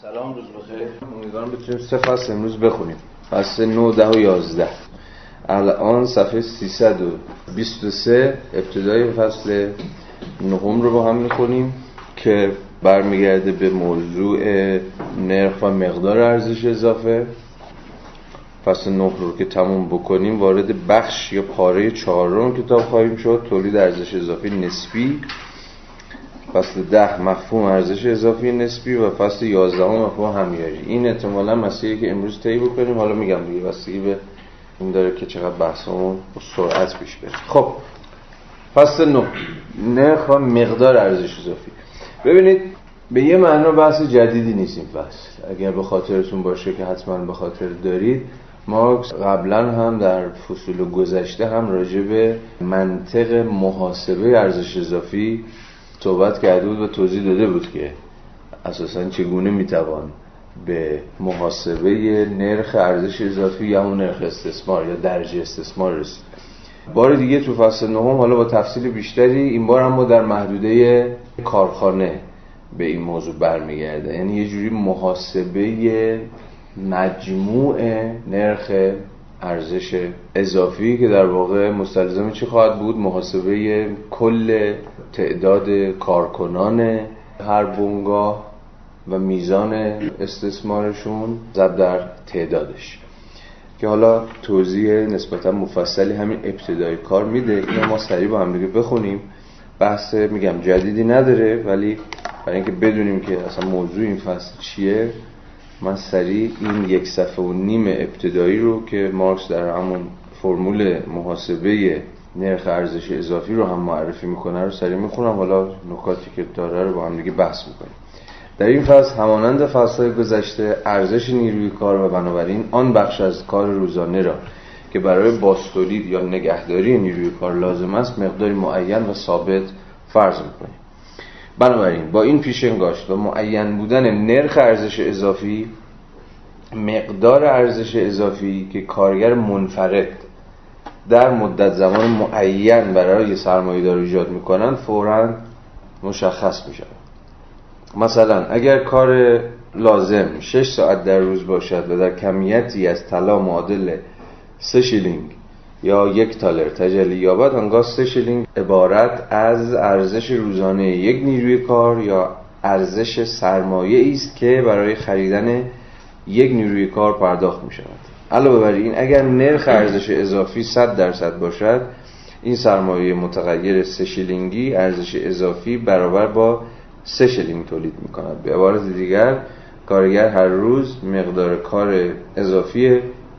سلام، روز بخیر. امیدوارم بتونیم 3 فصل امروز بخونیم. فصل 9، 10 و 11. الان صفحه 323 ابتدای فصل 9 رو با هم میخونیم که برمیگرده به موضوع نرخ و مقدار ارزش اضافه. فصل 9 رو که تموم بکنیم وارد بخش یا پاره 4 کتاب خواهیم شد، تولید ارزش اضافی نسبی. فصل 10 مفهوم ارزش اضافی نسبی و فصل 11 مفهوم همیاری. این احتمالاً مسئله که امروز طی بکنیم. حالا میگم دیگه بستگی به این داره که چقدر بحثمون با سرعت پیش بره. خب فصل 9 نرخ و مقدار ارزش اضافی. ببینید به یه معنا بحث جدیدی نیست این فصل. اگر به خاطرتون باشه که حتما به خاطر دارید، مارکس قبلا هم در فصول گذشته هم راجع به منطق محاسبه ارزش اضافی صحبت کرده بود و توضیح داده بود که اساساً چگونه میتوان به محاسبه نرخ ارزش اضافی یا اون نرخ استثمار یا درجه استثمار رسید. بار دیگه تو فصل 9 حالا با تفصیل بیشتری، این بار هم در محدوده کارخانه به این موضوع برمیگرده. یعنی یه جوری محاسبه مجموع نرخ ارزش اضافی که در واقع مستلزم چی خواهد بود؟ محاسبه کل تعداد کارکنان هر بنگاه و میزان استثمارشون ضرب در تعدادش، که حالا توضیح نسبتا مفصلی همین ابتدای کار میده. اینو ما سریع با هم دیگه بخونیم. بحث میگم جدیدی نداره، ولی برای اینکه بدونیم که اصلا موضوع این فصل چیه، من سریع این 1.5 صفحه ابتدایی رو که مارکس در همون فرمول محاسبه نرخ ارزش اضافی رو هم معرفی میکنه رو سریع میخونم. حالا نکاتی که داره رو با هم دیگه بحث میکنیم. در این فصل همانند فصل‌های گذشته ارزش نیروی کار و بنابراین آن بخش از کار روزانه را که برای بازتولید یا نگهداری نیروی کار لازم است مقداری معین و ثابت فرض میکنیم. بنابراین با این پیش‌انگاشت و معین بودن نرخ ارزش اضافی، مقدار ارزش اضافی که کارگر منفرد در مدت زمان معین برای سرمایه‌دار ایجاد می‌کنند فوراً مشخص می‌شود. مثلا اگر کار لازم 6 ساعت در روز باشد و در کمیتی از طلا معادل 3 شیلینگ یا 1 تالر تجلی یابد، آنگاه 3 شیلینگ عبارت از ارزش روزانه یک نیروی کار یا ارزش سرمایه است که برای خریدن یک نیروی کار پرداخت می شود. علاوه بر این اگر نرخ ارزش اضافی 100% باشد، این سرمایه متغیر 3 شیلینگی ارزش اضافی برابر با 3 شیلینگ تولید می کند. به عبارت دیگر کارگر هر روز مقدار کار اضافی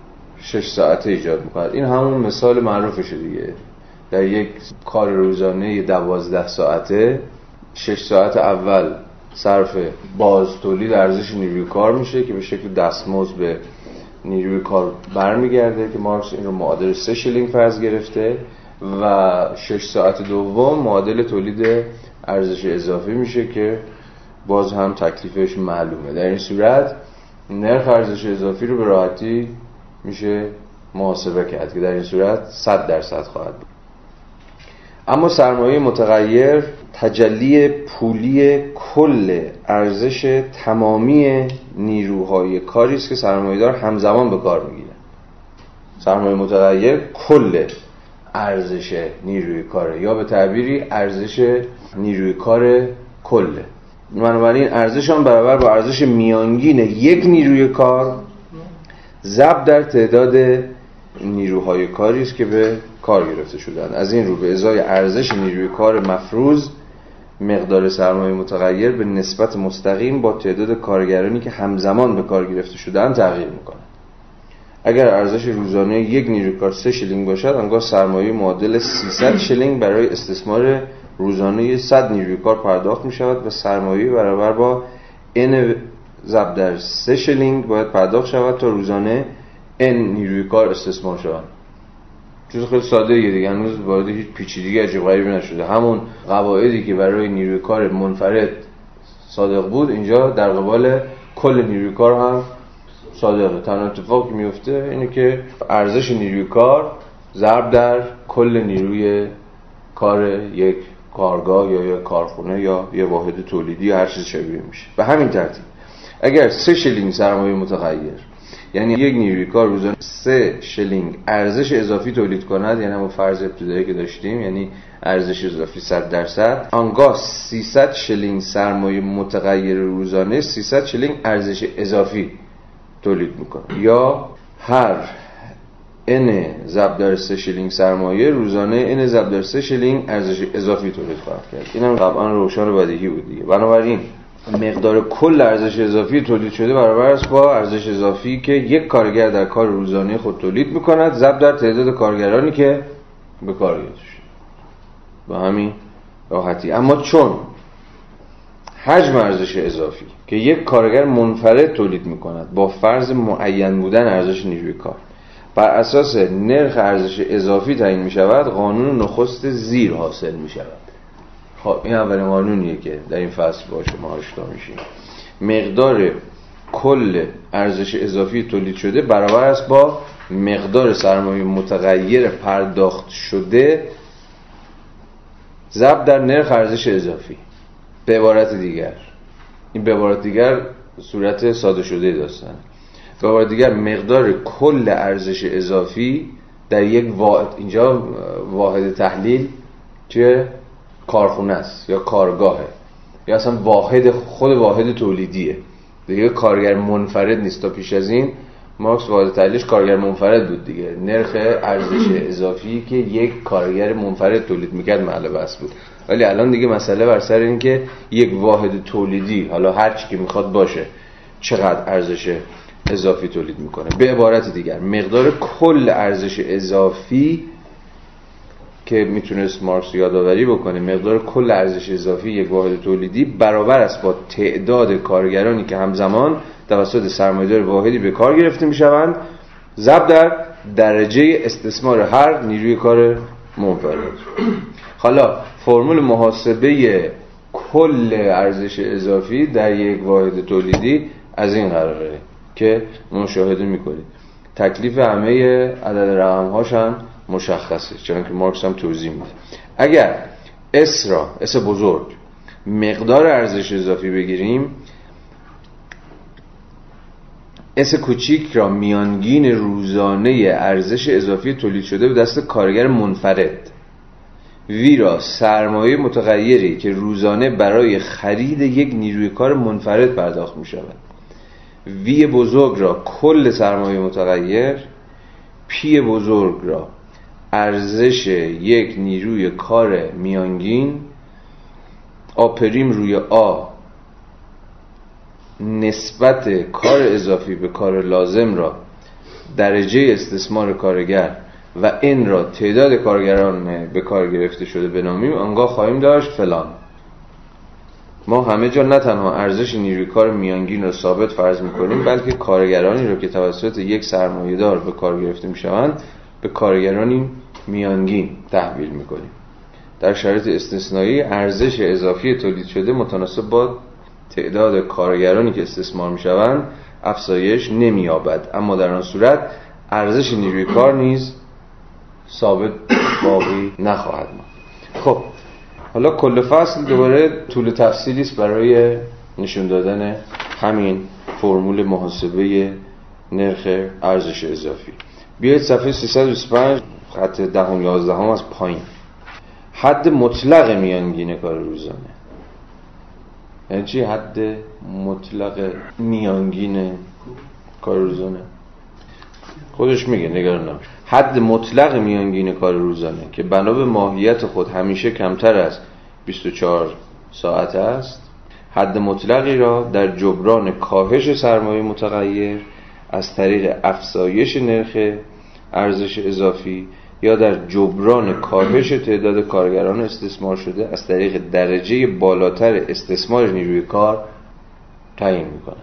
6 ساعته ایجاد می‌کند. این همون مثال معروفشه دیگه. در یک کار روزانه 12 ساعته 6 ساعت اول صرف باز تولید ارزش نیروی کار میشه که به شکل دستمزد به نیروی کار برمیگرده که مارکس این رو معادل 3 شیلینگ فرض گرفته، و 6 ساعت دوم معادل تولید ارزش اضافی میشه که باز هم تکلیفش معلومه. در این صورت نرخ ارزش اضافی رو به راحتی میشه محاسبه کرد که در این صورت 100% خواهد بود. اما سرمایه متغیر تجلی پولی کل ارزش تمامی نیروهای کاری است که سرمایه‌دار همزمان به کار میگیره. سرمایه متغیر کل ارزش نیروی کاره، یا به تعبیری ارزش نیروی کار کله. بنابراین ارزش آن برابر با ارزش میانگین یک نیروی کار ضرب در تعداد نیروهای کاری است که به کار گرفته شدند. از این رو به ازای ارزش نیروی کار مفروض، مقدار سرمایه متغیر به نسبت مستقیم با تعداد کارگرانی که همزمان به کار گرفته شدند تغییر می‌کند. اگر ارزش روزانه یک نیروی کار 3 شیلینگ باشد، آنگاه سرمایه معادل 300 شیلینگ برای استثمار روزانه 100 نیروی کار پرداخت می‌شود و سرمایه برابر با n ضرب در 3 شیلینگ باید پرداخت شود تا روزانه n نیروی کار استثمار شود. چیز خیلی ساده دیگه، هنوز وارد هیچ پیچیدگی عجیب غریبی نشده. همون قواعدی که برای نیروی کار منفرد صادق بود اینجا در قبال کل نیروی کار هم صادقه. تنها اتفاقی که میفته اینه که ارزش نیروی کار ضرب در کل نیروی کار یک کارگاه یا یک کارخونه یا یه واحد تولیدی یا هر چیز شبیه میشه. به همین ترتیب اگر 3 شیلینگ سرمایه متغیر، یعنی یک نیروی کار روزانه 3 شیلینگ ارزش اضافی تولید کند، یعنی همون فرض ابتدایی که داشتیم، یعنی ارزش اضافی 100%، آنگاه 300 شیلینگ سرمایه متغیر روزانه 300 شیلینگ ارزش اضافی تولید میکنه. یا هر n ضرب در 3 شیلینگ سرمایه روزانه n ضرب در 3 شیلینگ ارزش اضافی تولید خواهد کرد. اینم طبعا روشن و بدیهی بود دیگه. بنابراین مقدار کل ارزش اضافی تولید شده برابر است با ارزش اضافی که یک کارگر در کار روزانه خود تولید میکند ضرب در تعداد کارگرانی که به کار گرفته شده. با همین راحتی. اما چون حجم ارزش اضافی که یک کارگر منفرد تولید میکند با فرض معین بودن ارزش نیروی کار بر اساس نرخ ارزش اضافی تعیین میشود، قانون نخست زیر حاصل میشود. خب این اولین قانونیه که در این فصل با شما آشنا میشیم. مقدار کل ارزش اضافی تولید شده برابر است با مقدار سرمایه متغیر پرداخت شده ضرب در نرخ ارزش اضافی. به عبارت دیگر، این به عبارت دیگر صورت ساده شده داستانه. به عبارت دیگر مقدار کل ارزش اضافی در یک واحد، اینجا واحد تحلیل چه؟ کارخونه است یا کارگاهه یا اصلا خود واحد تولیدیه دیگه. کارگر منفرد نیست. تا پیش از این مارکس واحد تحلیلش کارگر منفرد بود دیگه. نرخ ارزش اضافی که یک کارگر منفرد تولید میکرد محل بحث بود. ولی الان دیگه مسئله بر سر این که یک واحد تولیدی، حالا هر چی که میخواد باشه، چقدر ارزش اضافی تولید میکنه. به عبارت دیگر مقدار کل ارزش اضافی که میتونست مارکس یادآوری بکنه، مقدار کل ارزش اضافی یک واحد تولیدی برابر است با تعداد کارگرانی که همزمان توسط سرمایه‌دار واحدی به کار گرفته میشوند ضرب در درجه استثمار هر نیروی کار منفرد. حالا فرمول محاسبه کل ارزش اضافی در یک واحد تولیدی از این قراره که مشاهده میکنید. تکلیف همه عدد رقم‌هاش هم مشخصه، چون که مارکس هم توضیح میده. اگر اس بزرگ مقدار ارزش اضافی بگیریم، اس کوچیک را میانگین روزانه ارزش اضافی تولید شده به دست کارگر منفرد، وی را سرمایه متغیری که روزانه برای خرید یک نیروی کار منفرد پرداخت می شود، وی بزرگ را کل سرمایه متغیر، پی بزرگ را ارزش یک نیروی کار میانگین، آ پریم روی آ نسبت کار اضافی به کار لازم را درجه استثمار کارگر و این را تعداد کارگران به کار گرفته شده بنامیم، آنگاه خواهیم داشت فلان. ما همه جا نه تنها ارزش نیروی کار میانگین را ثابت فرض میکنیم، بلکه کارگرانی را که توسط یک سرمایه‌دار به کار گرفته میشوند به کارگرانی میانگین تحویل میکنیم. در شرایط استثنایی ارزش اضافی تولید شده متناسب با تعداد کارگرانی که استثمار میشوند افزایش نمییابد، اما در آن صورت ارزش نیروی کار نیز ثابت باقی نخواهد ماند. خب حالا کل فصل دوباره طول تفصیلی است برای نشون دادن همین فرمول محاسبه نرخ ارزش اضافی. بیایید صفحه 325 خط 10 و 11 از پایین. حد مطلق میانگین کار روزانه. یعنی چی حد مطلق میانگین کار روزانه؟ خودش میگه، نگران نباش. حد مطلق میانگین کار روزانه که بنا به ماهیت خود همیشه کمتر از 24 ساعت است، حد مطلقی را در جبران کاهش سرمایه متغیر از طریق افزایش نرخ ارزش اضافی یا در جبران کاهش تعداد کارگران استثمار شده از طریق درجه بالاتر استثمار نیروی کار تعیین می‌کند.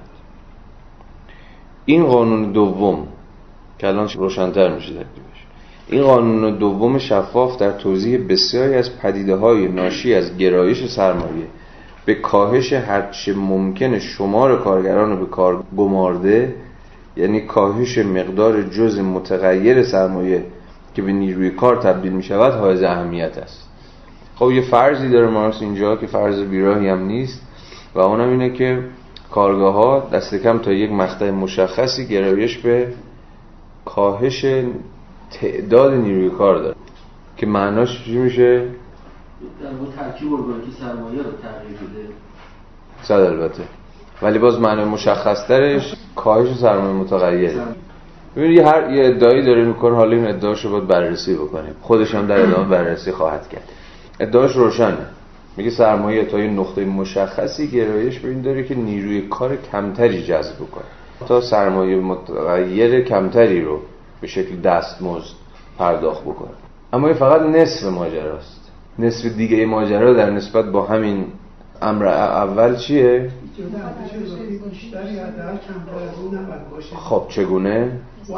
این قانون دوم که الان روشن‌تر میشه تکلیفش. این قانون دوم شفاف در توضیح بسیاری از پدیده‌های ناشی از گرایش سرمایه به کاهش هرچه ممکن شمار کارگران به کار گمارده، یعنی کاهش مقدار جزء متغیر سرمایه که به نیروی کار تبدیل می شود حائز اهمیت است. خب یه فرضی داره مارکس اینجا که فرض بیراهی هم نیست و اونم اینه که کارگاه‌ها دست کم تا یک مقطع مشخصی گرایش به کاهش تعداد نیروی کار داره که معناش چی میشه؟ در واقع ترکیب ارگانیک سرمایه رو تغییر بده. صد البته، ولی باز معنی مشخص ترش کاهش سرمایه متغیره. ببینید یه ادعایی داره میکنه، حالا این ادعاشو باید بررسی بکنیم، خودش هم در ادامه بررسی خواهد کرد. ادعاش روشنه، میگه سرمایه تا یه نقطه مشخصی گرایش به این داره که نیروی کار کمتری جذب کنه تا سرمایه متغیر کمتری رو به شکل دستمزد پرداخت بکنه. اما این فقط نصف ماجراست. نصف دیگه ماجرا در نسبت با همین امر اول چیه؟ خب چگونه؟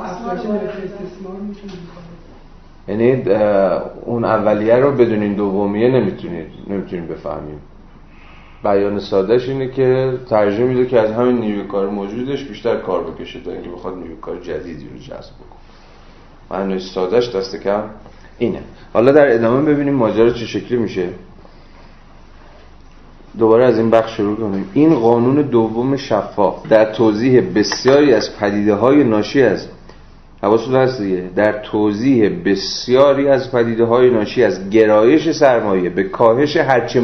یعنی اون اولیه رو بدون این دومیه نمیتونیم بفهمیم. بیان سادهش اینه که ترجیح میده که از همین نیروی کار موجودش بیشتر کار بکشه تا اینکه بخواد نیروی کار جدیدی رو جذب بکنه. معنی سادهش دست کم اینه. حالا در ادامه ببینیم ماجرا چه شکلی میشه. دوباره از این بخش شروع کنیم. این قانون دوم شفاف در توضیح بسیاری از پدیده‌های ناشی از حواستون هست دیگه، در توضیح بسیاری از پدیده‌های ناشی از گرایش سرمایه به کاهش هرچه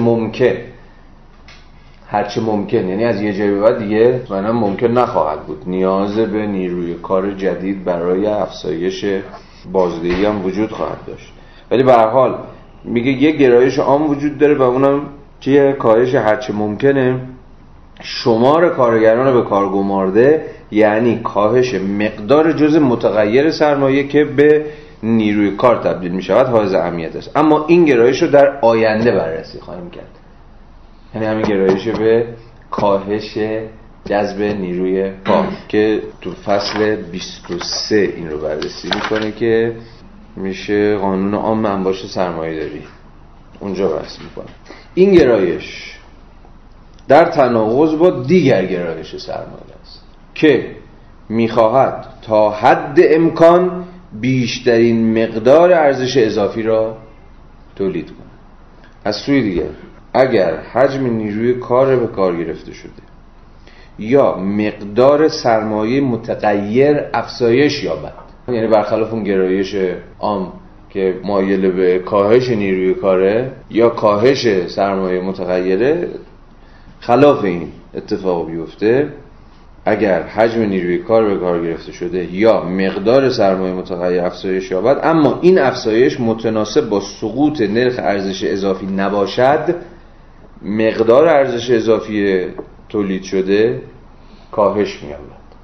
ممکن، یعنی از یه جایی به بعد دیگه مثلا ممکن نخواهد بود، نیاز به نیروی کار جدید برای افزایش بازدهی هم وجود خواهد داشت، ولی به هر حال میگه یه گرایش عام وجود داره و اونم چیه؟ کاهش هرچه ممکنه شمار کارگران به کار گمارده، یعنی کاهش مقدار جزء متغیر سرمایه که به نیروی کار تبدیل می شود حائز اهمیت است. اما این گرایش رو در آینده بررسی خواهیم کرد، یعنی همین گرایش به کاهش جذب نیروی کار که تو فصل 23 این رو بررسی میکنه که میشه قانون عام انباشت سرمایه داری، اونجا بحث میکنه. این گرایش در تناقض با دیگر گرایش سرمایه است که میخواهد تا حد امکان بیشترین مقدار ارزش اضافی را تولید کنه. از سوی دیگر اگر حجم نیروی کار به کار گرفته شده یا مقدار سرمایه متغیر افزایش یابد، یعنی برخلاف اون گرایش عام که مایل به کاهش نیروی کاره یا کاهش سرمایه متغیره، خلاف این اتفاق بیفته اگر حجم نیروی کار به کار گرفته شده یا مقدار سرمایه متغیر افزایش یابد اما این افزایش متناسب با سقوط نرخ ارزش اضافی نباشد، مقدار ارزش اضافی تولید شده کاهش می‌یابد.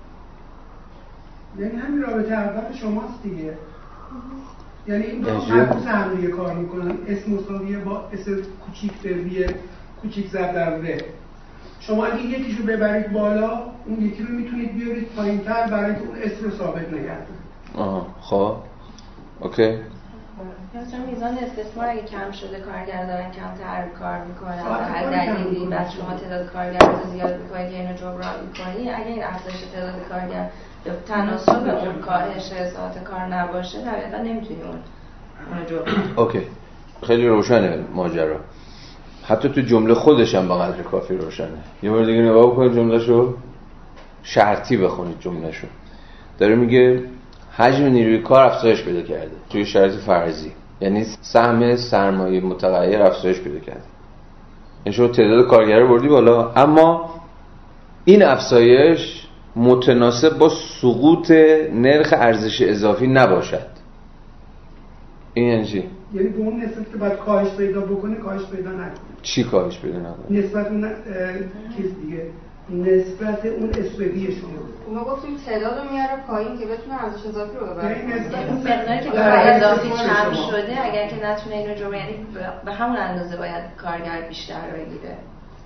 یعنی همین رابطه اول شماست دیگه. یعنی این دو معکوس هم دیگه کار میکنن. اسم مساویه با اس کوچیک به وی کوچیک ضرب در و. شما اگه یکیشو ببرید بالا، اون یکی رو میتونید بیارید پایین‌تر برای اینکه اون اس رو ثابت نگه دارید. خب اوکی. مثلا میزان استثمار اگه کم شده کارگر دارن کمتر کار میکنن و هر دلیلی بعد شما تعداد کارگر رو زیاد میکنید که اینو جبران میکنی، اگه این افزایش تعداد کارگر به تناسب اون کاهش ساعت کار نباشه طبیعتا نمیتونی اونو جبران. اوکی، خیلی روشنه ماجرا، حتی تو جمله خودش هم به قدر کافی روشنه. یه بار دیگه نگاه بکنید جمله‌شو، شرطی بخونید جمله‌شو. داره میگه حجم نیروی کار افزایش پیدا کرده توی شرایط فرضی، یعنی سهم سرمایه متغیر افزایش پیدا کرده، یعنی شما تعداد کارگرا بردی بالا، اما این افزایش متناسب با سقوط نرخ ارزش اضافی نباشد. این یعنی چی؟ یعنی به اون نسبت که باید کاهش پیدا بکنه کاهش پیدا نکنه. چی کاهش پیدا نکنه؟ نسبت اون چیز دیگه، نسبت اون اسپدی شما. ما گفتیم تعداد رو میاره پایین که بتونه ارزش اضافی رو ببره. مقداری که کار اضافی کم شده اگر که نتونه اینو جبران، یعنی به همون اندازه باید کارگر بیشتر بگیره.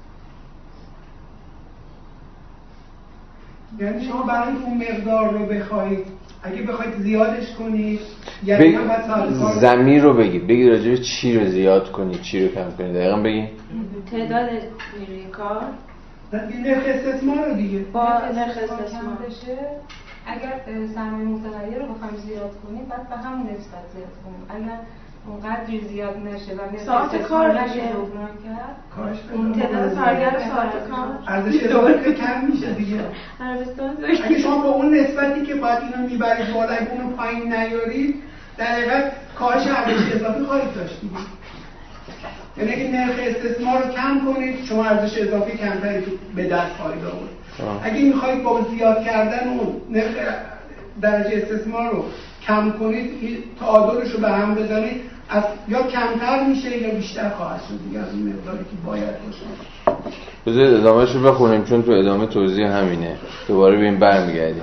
یعنی شما برای اون مقدار رو بخواید، اگه بخواید زیادش کنید، یعنی هم باید ساعت ضمیر رو بگید راجع به چی رو زیاد کنید چی رو کم کنید، دقیقاً بگید. تعداد نیروی کار، نرخ استثمار رو دیگه. با نرخ استثمار بشه، اگر سرمایه متغیر رو بخوایم زیاد کنیم بعد به همون نسبت زیاد کنیم. اگر اونقدر زیاد نشه و ساعت کار نشه کرد اون تعداد کارگر ساعت کار ارزش اضافی کم میشه دیگه. عربستان اگه شما با اون نسبتی که باید اینو میبرید بالا اگه اونو پایین نیارید در حقیقت کاهش ارزش اضافی خواهید داشت دیگه. یعنی اگه نرخ استثمار رو کم کنید شما ارزش اضافی کمتری به دست خواهید آورد. اگه میخواید با زیاد کردن اون نرخ درجه استثمار رو کم کنید تعادلش رو به هم بزنید از یا کمتر میشه یا بیشتر خواهد شد دیگه از این مقداری که باید باشه. بذارید ادامهش رو بخونیم چون تو ادامه توضیح همینه. دوباره به این برمیگردیم.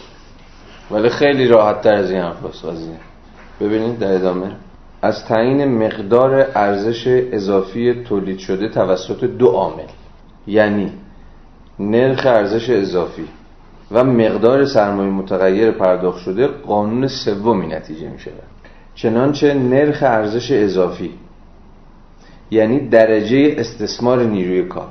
ولی خیلی راحت تر از این حرف هست قضیه. ببینید در ادامه از تعیین مقدار ارزش اضافی تولید شده توسط دو عامل، یعنی نرخ ارزش اضافی و مقدار سرمایه متغیر پرداخت شده، قانون سومی نتیجه می شود. چنانچه نرخ ارزش اضافی یعنی درجه استثمار نیروی کار.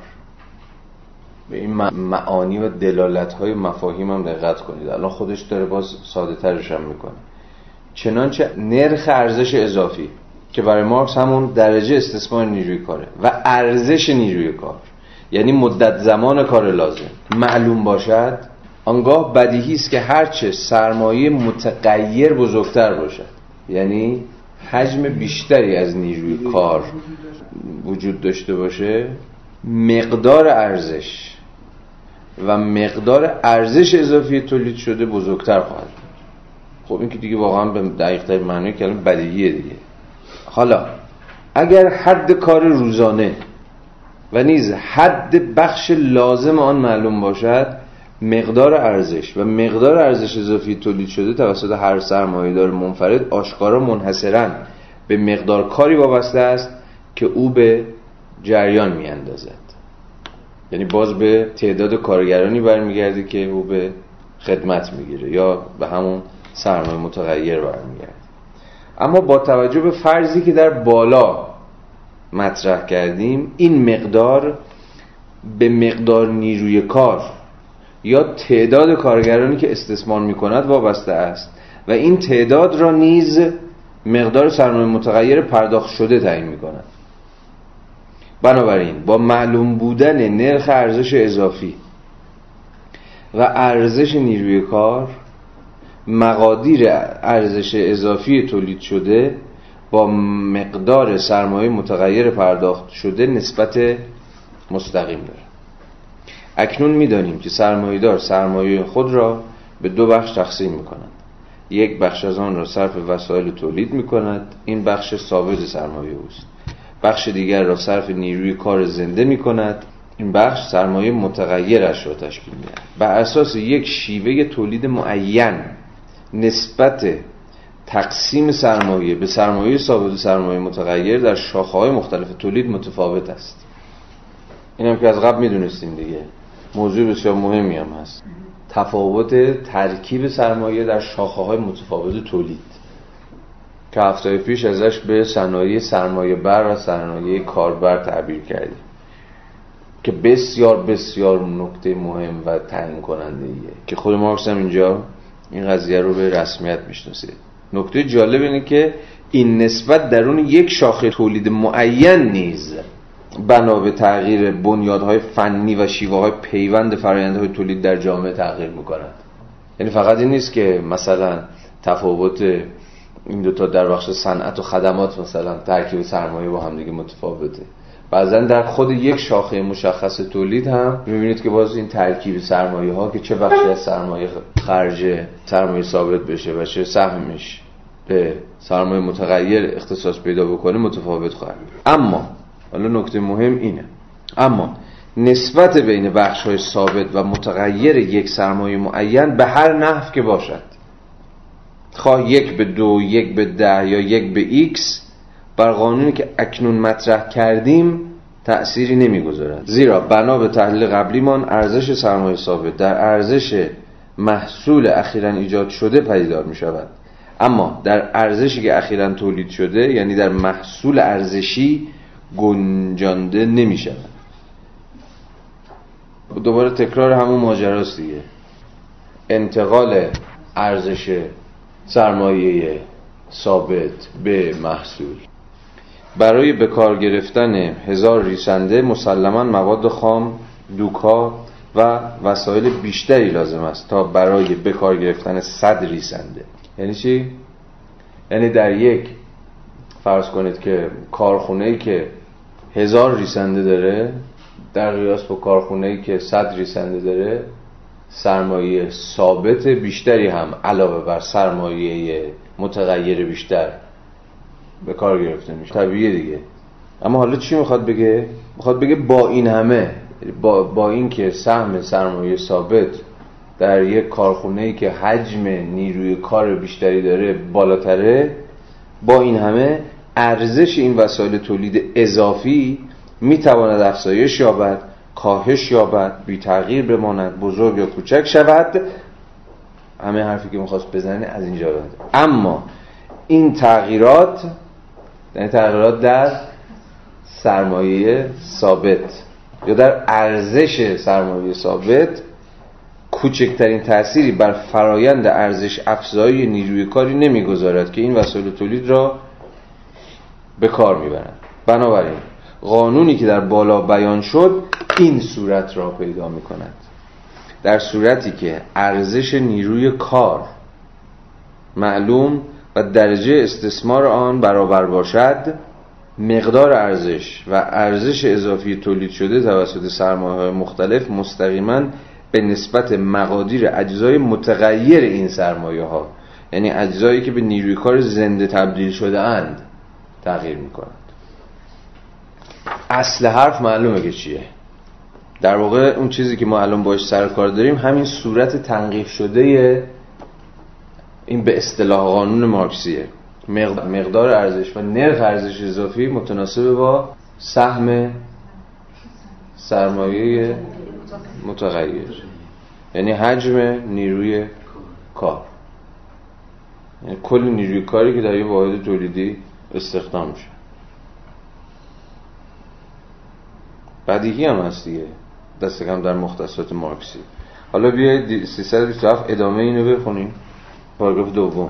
به این معانی و دلالت‌های مفاهیم هم دقت کنید. الان خودش داره باز ساده ترش هم میکنه. چنانچه نرخ ارزش اضافی که برای مارکس همون درجه استثمار نیروی کاره و ارزش نیروی کار یعنی مدت زمان کار لازم معلوم باشد، آنگاه بدیهی است که هرچه سرمایه متغیر بزرگتر باشد، یعنی حجم بیشتری از نیروی کار وجود داشته باشه، مقدار ارزش و مقدار ارزش اضافی تولید شده بزرگتر خواهد. خب این که دیگه واقعا به دقیق ترین معنی کلمه بدیهیه دیگه. حالا اگر حد کار روزانه و نیز حد بخش لازم آن معلوم باشد، مقدار ارزش و مقدار ارزش اضافی تولید شده توسط هر سرمایه‌دار منفرد آشکارا منحصراً به مقدار کاری وابسته است که او به جریان می‌اندازد. یعنی باز به تعداد کارگرانی برمیگرده که او به خدمت میگیره یا به همون سرمایه متغیر برمیگرده. اما با توجه به فرضی که در بالا مطرح کردیم، این مقدار به مقدار نیروی کار یا تعداد کارگرانی که استثمار میکند وابسته است و این تعداد را نیز مقدار سرمایه متغیر پرداخت شده تعیین میکند. بنابراین با معلوم بودن نرخ ارزش اضافی و ارزش نیروی کار، مقادیر ارزش اضافی تولید شده با مقدار سرمایه متغیر پرداخت شده نسبت مستقیم داره. اکنون می‌دانیم که سرمایه‌دار سرمایه خود را به دو بخش تقسیم می‌کند. یک بخش از آن را صرف وسایل تولید می‌کند، این بخش ثابت سرمایه اوست. بخش دیگر را صرف نیروی کار زنده می‌کند، این بخش سرمایه متغیرش را تشکیل می‌دهد. بر اساس یک شیوه تولید معین نسبت تقسیم سرمایه به سرمایه ثابت و سرمایه متغیر در شاخه‌های مختلف تولید متفاوت است. اینم که از قبل می‌دونستیم دیگه. موضوع بسیار مهمی هم هست. تفاوت ترکیب سرمایه در شاخه‌های متفاوت تولید که هفته پیش ازش به صنایع سرمایه بر و صنایع کاربر تعبیر کردیم که بسیار بسیار نکته مهم و تعیین کننده‌ایه که خود مارکس هم اینجا این قضیه رو به رسمیت میشناسه. نکته جالب اینه که این نسبت درون یک شاخه تولید معین نیز بنا به تغییر بنیادهای فنی و شیوه‌های پیوند فرآیندهای تولید در جامعه تغییر می‌کند. یعنی فقط این نیست که مثلا تفاوت این دو تا در بخش صنعت و خدمات مثلا ترکیب سرمایه با هم دیگه متفاوته. بعضا در خود یک شاخه مشخص تولید هم می‌بینید که باز این ترکیب سرمایه‌ها که چه بخشی از سرمایه خرج سرمایه ثابت بشه و چه سهمش به سرمایه متغیر اختصاص پیدا بکنه متفاوت خواهد بود. اما حالا نکته مهم اینه، اما نسبت بین بخش‌های ثابت و متغیر یک سرمایه معین به هر نحو که باشد، خواه 1:2، 1:10 یا 1:x، بر قانونی که اکنون مطرح کردیم تأثیری نمیگذارد. زیرا بنا به تحلیل قبلیمان ارزش سرمایه ثابت در ارزش محصول اخیراً ایجاد شده پدیدار می شود، اما در ارزشی که اخیراً تولید شده یعنی در محصول ارزشی گنجانده نمی شود. دوباره تکرار همون ماجراست دیگه. انتقال ارزش سرمایه ثابت به محصول. برای به کار گرفتن 1000 ریسنده مسلماً مواد خام، دوک‌ها و وسایل بیشتری لازم است تا برای به کار گرفتن 100 ریسنده. یعنی چی؟ یعنی در یک فرض کنید که کارخونه‌ای که 1000 ریسنده داره در قیاس با کارخونه‌ای که 100 ریسنده داره سرمایه ثابت بیشتری هم علاوه بر سرمایه متغیر بیشتر به کار گرفته میشه. طبیعیه دیگه. اما حالا چی میخواد بگه؟ میخواد بگه با این همه با این که سهم سرمایه ثابت در یک کارخونه‌ای که حجم نیروی کار بیشتری داره بالاتره، با این همه ارزش این وسایل تولید اضافی میتواند افزایش یابد، کاهش یابد، بی تغییر بماند، بزرگ یا کوچک شود. همه حرفی که میخواست بزنه از اینجا راه. اما این تغییرات یعنی تغییرات در سرمایه ثابت یا در ارزش سرمایه ثابت کوچکترین تأثیری بر فرایند ارزش افزایی نیروی کاری نمیگذارد که این وسایل تولید را به کار میبرند. بنابراین قانونی که در بالا بیان شد این صورت را پیدا میکند: در صورتی که ارزش نیروی کار معلوم و درجه استثمار آن برابر باشد، مقدار ارزش و ارزش اضافی تولید شده توسط سرمایه‌های مختلف مستقیما به نسبت مقادیر اجزای متغیر این سرمایه‌ها، یعنی اجزایی که به نیروی کار زنده تبدیل شده اند، تغییر می‌کنند. اصل حرف معلومه که چیه. در واقع اون چیزی که ما الان باهاش سر کار داریم همین صورت تنقیح شده این به اصطلاح قانون مارکسیه. مقدار ارزش و نرخ ارزش اضافی متناسب با سهم سرمایه متغیر، یعنی حجم نیروی کار، یعنی کل نیروی کاری که در یه واحد تولیدی استخدام میشه. بدیهی هم هست دیگه، دست کم در مختصات مارکسی. حالا بیایید 327 ادامه اینو بخونیم. پاراگراف دوم: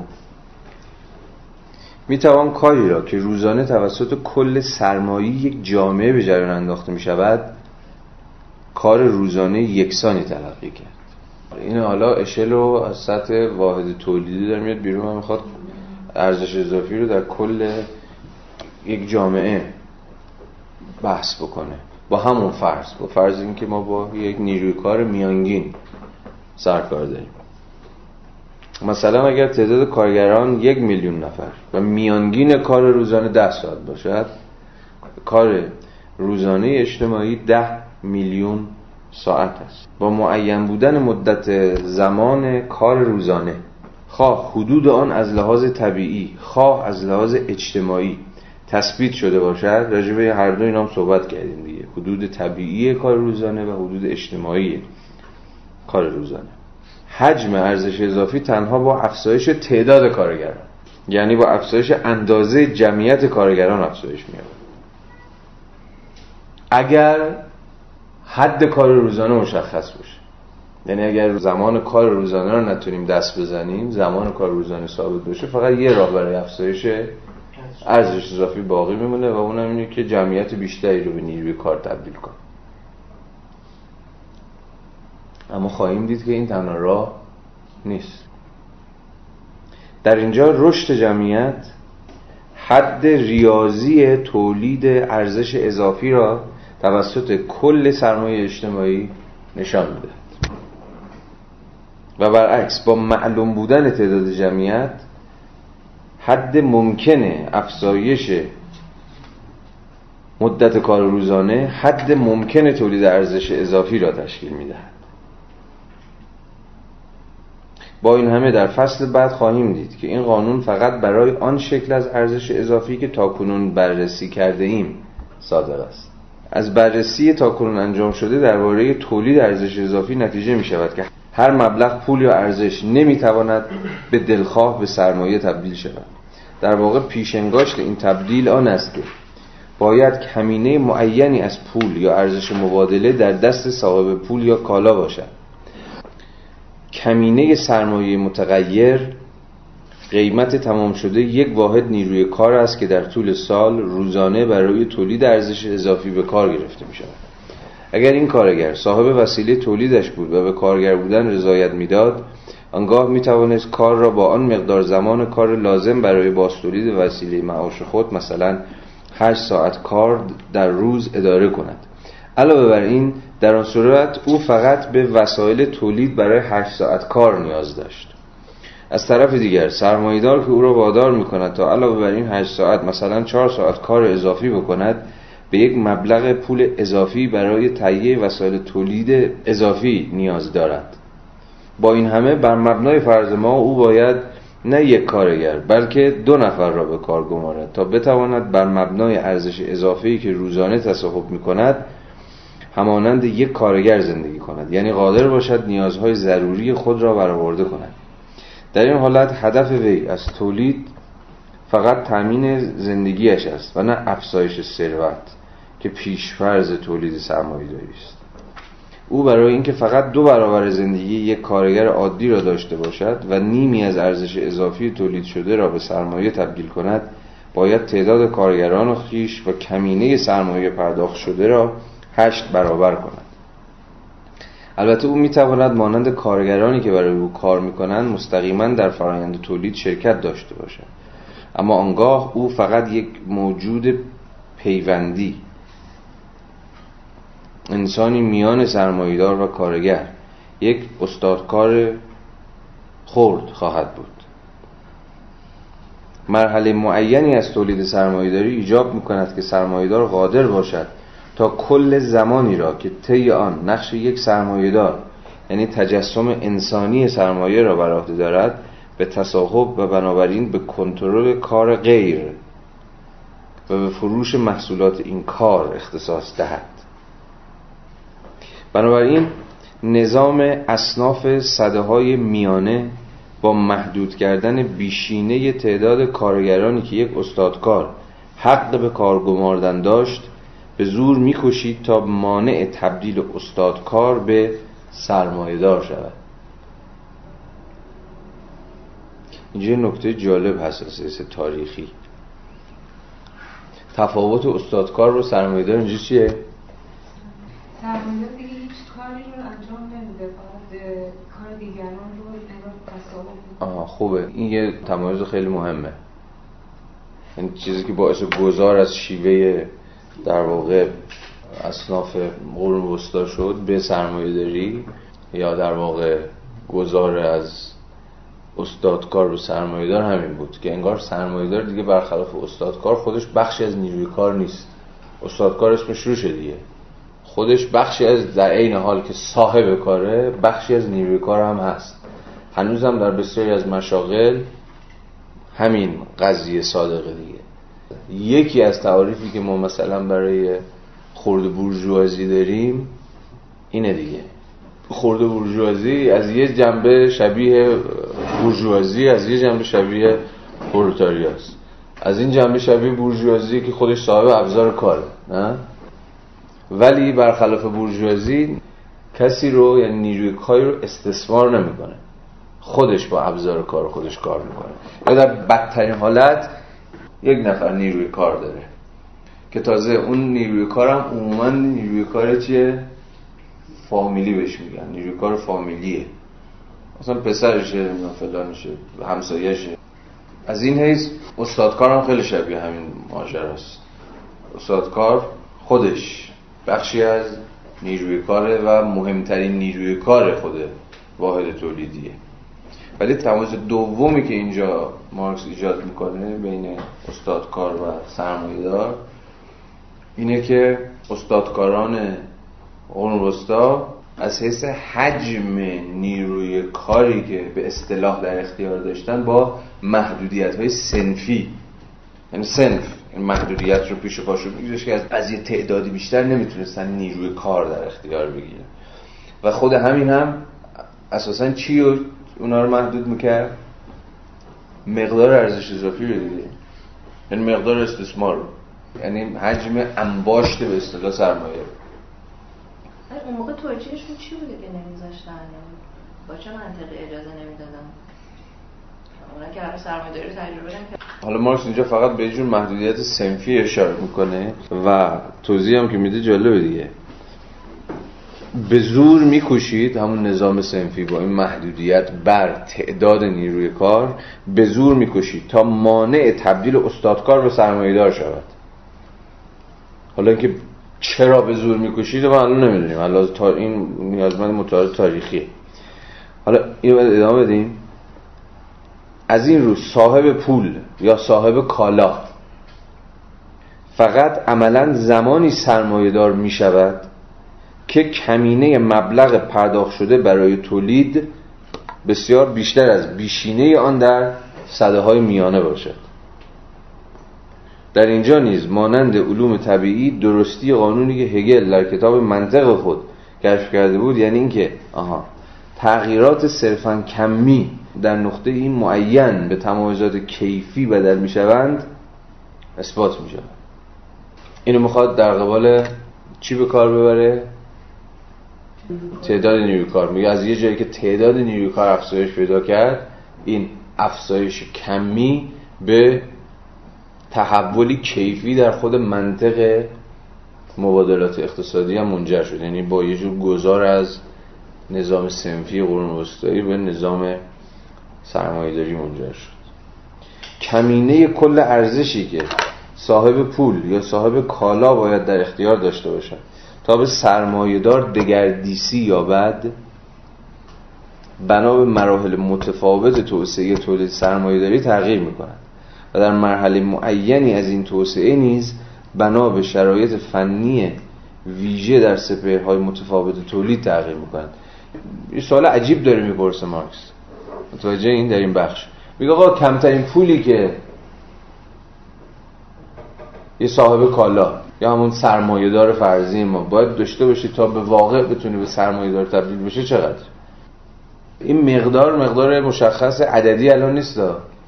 میتوان کاری را که روزانه توسط کل سرمایه یک جامعه به جریان انداخته میشود کار روزانه یکسانی تلقی کرد. این حالا اشل رو از سطح واحد تولیدی داره میاد بیرون و میخواد ارزش اضافی رو در کل یک جامعه بحث بکنه با همون فرض، با فرض این که ما با یک نیروی کار میانگین سرکار داریم. مثلا اگر تعداد کارگران 1,000,000 نفر و میانگین کار روزانه 10 ساعت باشد، کار روزانه اجتماعی 10 میلیون ساعت است. با معین بودن مدت زمان کار روزانه، خواه حدود آن از لحاظ طبیعی خواه از لحاظ اجتماعی تثبیت شده باشد، راجع به هر دو اینا هم صحبت کردیم دیگه، حدود طبیعی کار روزانه و حدود اجتماعی کار روزانه، حجم ارزش اضافی تنها با افزایش تعداد کارگران، یعنی با افزایش اندازه جمعیت کارگران افزایش می‌یابد. اگر حد کار روزانه مشخص باشه، یعنی اگر زمان کار روزانه رو نتونیم دست بزنیم، زمان کار روزانه ثابت باشه، فقط یه راه برای افزایش ارزش اضافی باقی میمونه و اونم اینه که جمعیت بیشتری رو به نیروی کار تبدیل کنه. اما خواهیم دید که این تنها راه نیست. در اینجا رشد جمعیت حد ریاضی تولید ارزش اضافی را توسط کل سرمایه اجتماعی نشان میده و برعکس با معلوم بودن تعداد جمعیت حد ممکنه افزایش مدت کار روزانه حد ممکنه تولید ارزش اضافی را تشکیل میدهد. با این همه در فصل بعد خواهیم دید که این قانون فقط برای آن شکل از ارزش اضافی که تاکنون بررسی کرده ایم صادق است. از بررسی تاکنون انجام شده درباره تولید ارزش اضافی نتیجه می شود که هر مبلغ پول یا ارزش نمی تواند به دلخواه به سرمایه تبدیل شود. در واقع پیشنگاشت این تبدیل آن است که باید کمینه معینی از پول یا ارزش مبادله در دست صاحب پول یا کالا باشد. کمینه سرمایه متغیر قیمت تمام شده یک واحد نیروی کار است که در طول سال روزانه برای تولید ارزش اضافی به کار گرفته می شود. اگر این کارگر صاحب وسیله تولیدش بود و به کارگر بودن رضایت میداد، آنگاه می توانست کار را با آن مقدار زمان کار لازم برای بازتولید وسیله معاش خود، مثلا 8 ساعت کار در روز، اداره کند. علاوه بر این، در آن صورت او فقط به وسایل تولید برای 8 ساعت کار نیاز داشت. از طرف دیگر سرمایه‌دار که او را وادار می‌کند تا علاوه بر این 8 ساعت مثلا 4 ساعت کار اضافی بکند، به یک مبلغ پول اضافی برای تهیه وسایل تولید اضافی نیاز دارد. با این همه بر مبنای فرض ما او باید نه یک کارگر بلکه 2 نفر را به کار گمارد تا بتواند بر مبنای ارزش اضافی که روزانه تصاحب می‌کند همانند یک کارگر زندگی کند، یعنی قادر باشد نیازهای ضروری خود را برآورده کند. در این حالت هدف وی از تولید فقط تامین زندگیش است و نه افزایش ثروت که پیش‌فرض تولید سرمایه‌داری است. او برای اینکه فقط 2 برابر زندگی یک کارگر عادی را داشته باشد و نیمی از ارزش اضافی تولید شده را به سرمایه تبدیل کند، باید تعداد کارگران خویش و کمینه سرمایه پرداخت شده را 8 برابر کند. البته او میتواند مانند کارگرانی که برای او کار میکنند مستقیما در فرآیند تولید شرکت داشته باشد، اما آنگاه او فقط یک موجود پیوندی، انسانی میان سرمایه‌دار و کارگر، یک استادکار خرد خواهد بود. مرحله معینی از تولید سرمایه‌داری ایجاب میکند که سرمایه‌دار قادر باشد تا کل زمانی را که طی آن نقش یک سرمایه‌دار، یعنی تجسم انسانی سرمایه را بر عهده دارد، به تصاحب و بنابراین به کنترل کار غیر و به فروش محصولات این کار اختصاص دهد. بنابراین نظام اصناف سده‌های میانه با محدود کردن بیشینه تعداد کارگرانی که یک استادکار حق به کار گماردن داشت، به زور می‌کوشید تا مانع تبدیل استادکار به سرمایه‌دار شود. اینجا نکته جالب حساسیت تاریخی. تفاوت استادکار و سرمایه‌دار اینجا چیه؟ سرمایه‌دار دیگه هیچ کاری رو انجام نمیده، فقط کار دیگران رو انگار تصاحب. خوبه. این یه تمایز خیلی مهمه. این چیزی که باعث گذار از شیوه در واقع اصناف قرون وسطا شد به سرمایه‌داری، یا در واقع گذار از استادکار به سرمایه‌دار، همین بود که انگار سرمایه‌دار دیگه برخلاف استادکار خودش بخشی از نیروی کار نیست. استادکار اسمش روشه دیگه، خودش بخشی از، در عین حال که صاحب کاره، بخشی از نیروی کار هم هست. هنوزم در بسیاری از مشاغل همین قضیه صادقه دیگه. یکی از تعاریفی که ما مثلا برای خرد بورژوازی داریم اینه دیگه. خرد بورژوازی از یه جنبه شبیه بورژوازی، از یه جنبه شبیه پرولتاریاست. از این جنبه شبیه بورژوازی که خودش صاحب ابزار کاره، نه؟ ولی برخلاف بورژوازی کسی رو، یعنی نیروی کاری رو استثمار نمیکنه، خودش با ابزار کار خودش کار میکنه. یا در بدترین حالت یک نفر نیروی کار داره که تازه اون نیروی کارم عموما نیروی کار چیه؟ فامیلی بهش میگن، نیروی کار فامیلیه، مثلا پسرشه، فلانشه، همسایه‌شه. از این حیث استادکار هم خیلی شبیه همین ماجراست. استادکار خودش بخشی از نیروی کاره و مهمترین نیروی کار خود واحد تولیدیه. ولی تمایز دومی که اینجا مارکس ایجاد میکنه بین استادکار و سرمایه‌دار اینه که استادکاران قرون وسطا از حیث حجم نیروی کاری که به اصطلاح در اختیار داشتن با محدودیت‌های صنفی، یعنی صنف این محدودیت رو پیش پاشون میگذاشت که از یه تعدادی بیشتر نمیتونستن نیروی کار در اختیار بگیرن و خود همین هم اساساً چی رو اونا رو محدود میکرد؟ مقدار ارزش اضافی رو دیگه، یعنی مقدار استثمار رو، یعنی حجم انباشت به اصطلاح سرمایه. اون موقع توجیهشون چی بوده که نمیذاشتن؟ با چه منطقی اجازه نمیدادن؟ اونا که همه سرمایه‌داری رو تجربه نکردن. حالا مارکس اینجا فقط به یه جور محدودیت صنفی اشاره میکنه و توضیح هم که میده جالبه دیگه. به زور میکشید همون نظام صنفی با این محدودیت بر تعداد نیروی کار، به زور میکشید تا مانع تبدیل استادکار به سرمایه‌دار شود. حالا اینکه چرا به زور میکشید ما الان نمیدونیم، حالا این نیازمند مطالعه تاریخیه. حالا اینو ادامه بدیم. از این رو صاحب پول یا صاحب کالا فقط عملاً زمانی سرمایه‌دار میشود که کمینه مبلغ پرداخت شده برای تولید بسیار بیشتر از بیشینه آن در سده‌های میانه باشد. در اینجا نیز مانند علوم طبیعی درستی قانونی که هگل در کتاب منطق خود کشف کرده بود، یعنی اینکه تغییرات صرفاً کمی در نقطه این معین به تمایزات کیفی بدل میشوند اثبات میشود. اینو میخواد در قبال چی به کار ببره؟ تعداد نیروی کار. میگه از یه جایی که تعداد نیروی کار افزایش پیدا کرد، این افزایش کمی به تحولی کیفی در خود منطق مبادلات اقتصادی هم منجر شد. یعنی با یه جور گذار از نظام صنفی قرون وسطایی به نظام سرمایه‌داری منجر شد. کمینه کل ارزشی که صاحب پول یا صاحب کالا باید در اختیار داشته باشد تا به سرمایه‌دار دگردیسی یابد، بنا به مراحل متفاوت توسعه تولید سرمایه‌داری تغییر می‌کند و در مرحله معینی از این توسعه نیز بنا به شرایط فنی ویژه در سپهرهای متفاوت تولید تغییر می‌کند. یه سوال عجیب داره میپرسه مارکس، متوجه این در این بخش. میگه آقا کمترین پولی که یه صاحب کالا یا همون سرمایه‌دار فرضی ما باید داشته باشی تا به واقع بتونی به سرمایه‌دار تبدیل بشه چقدر؟ این مقدار مشخص عددی الان نیست.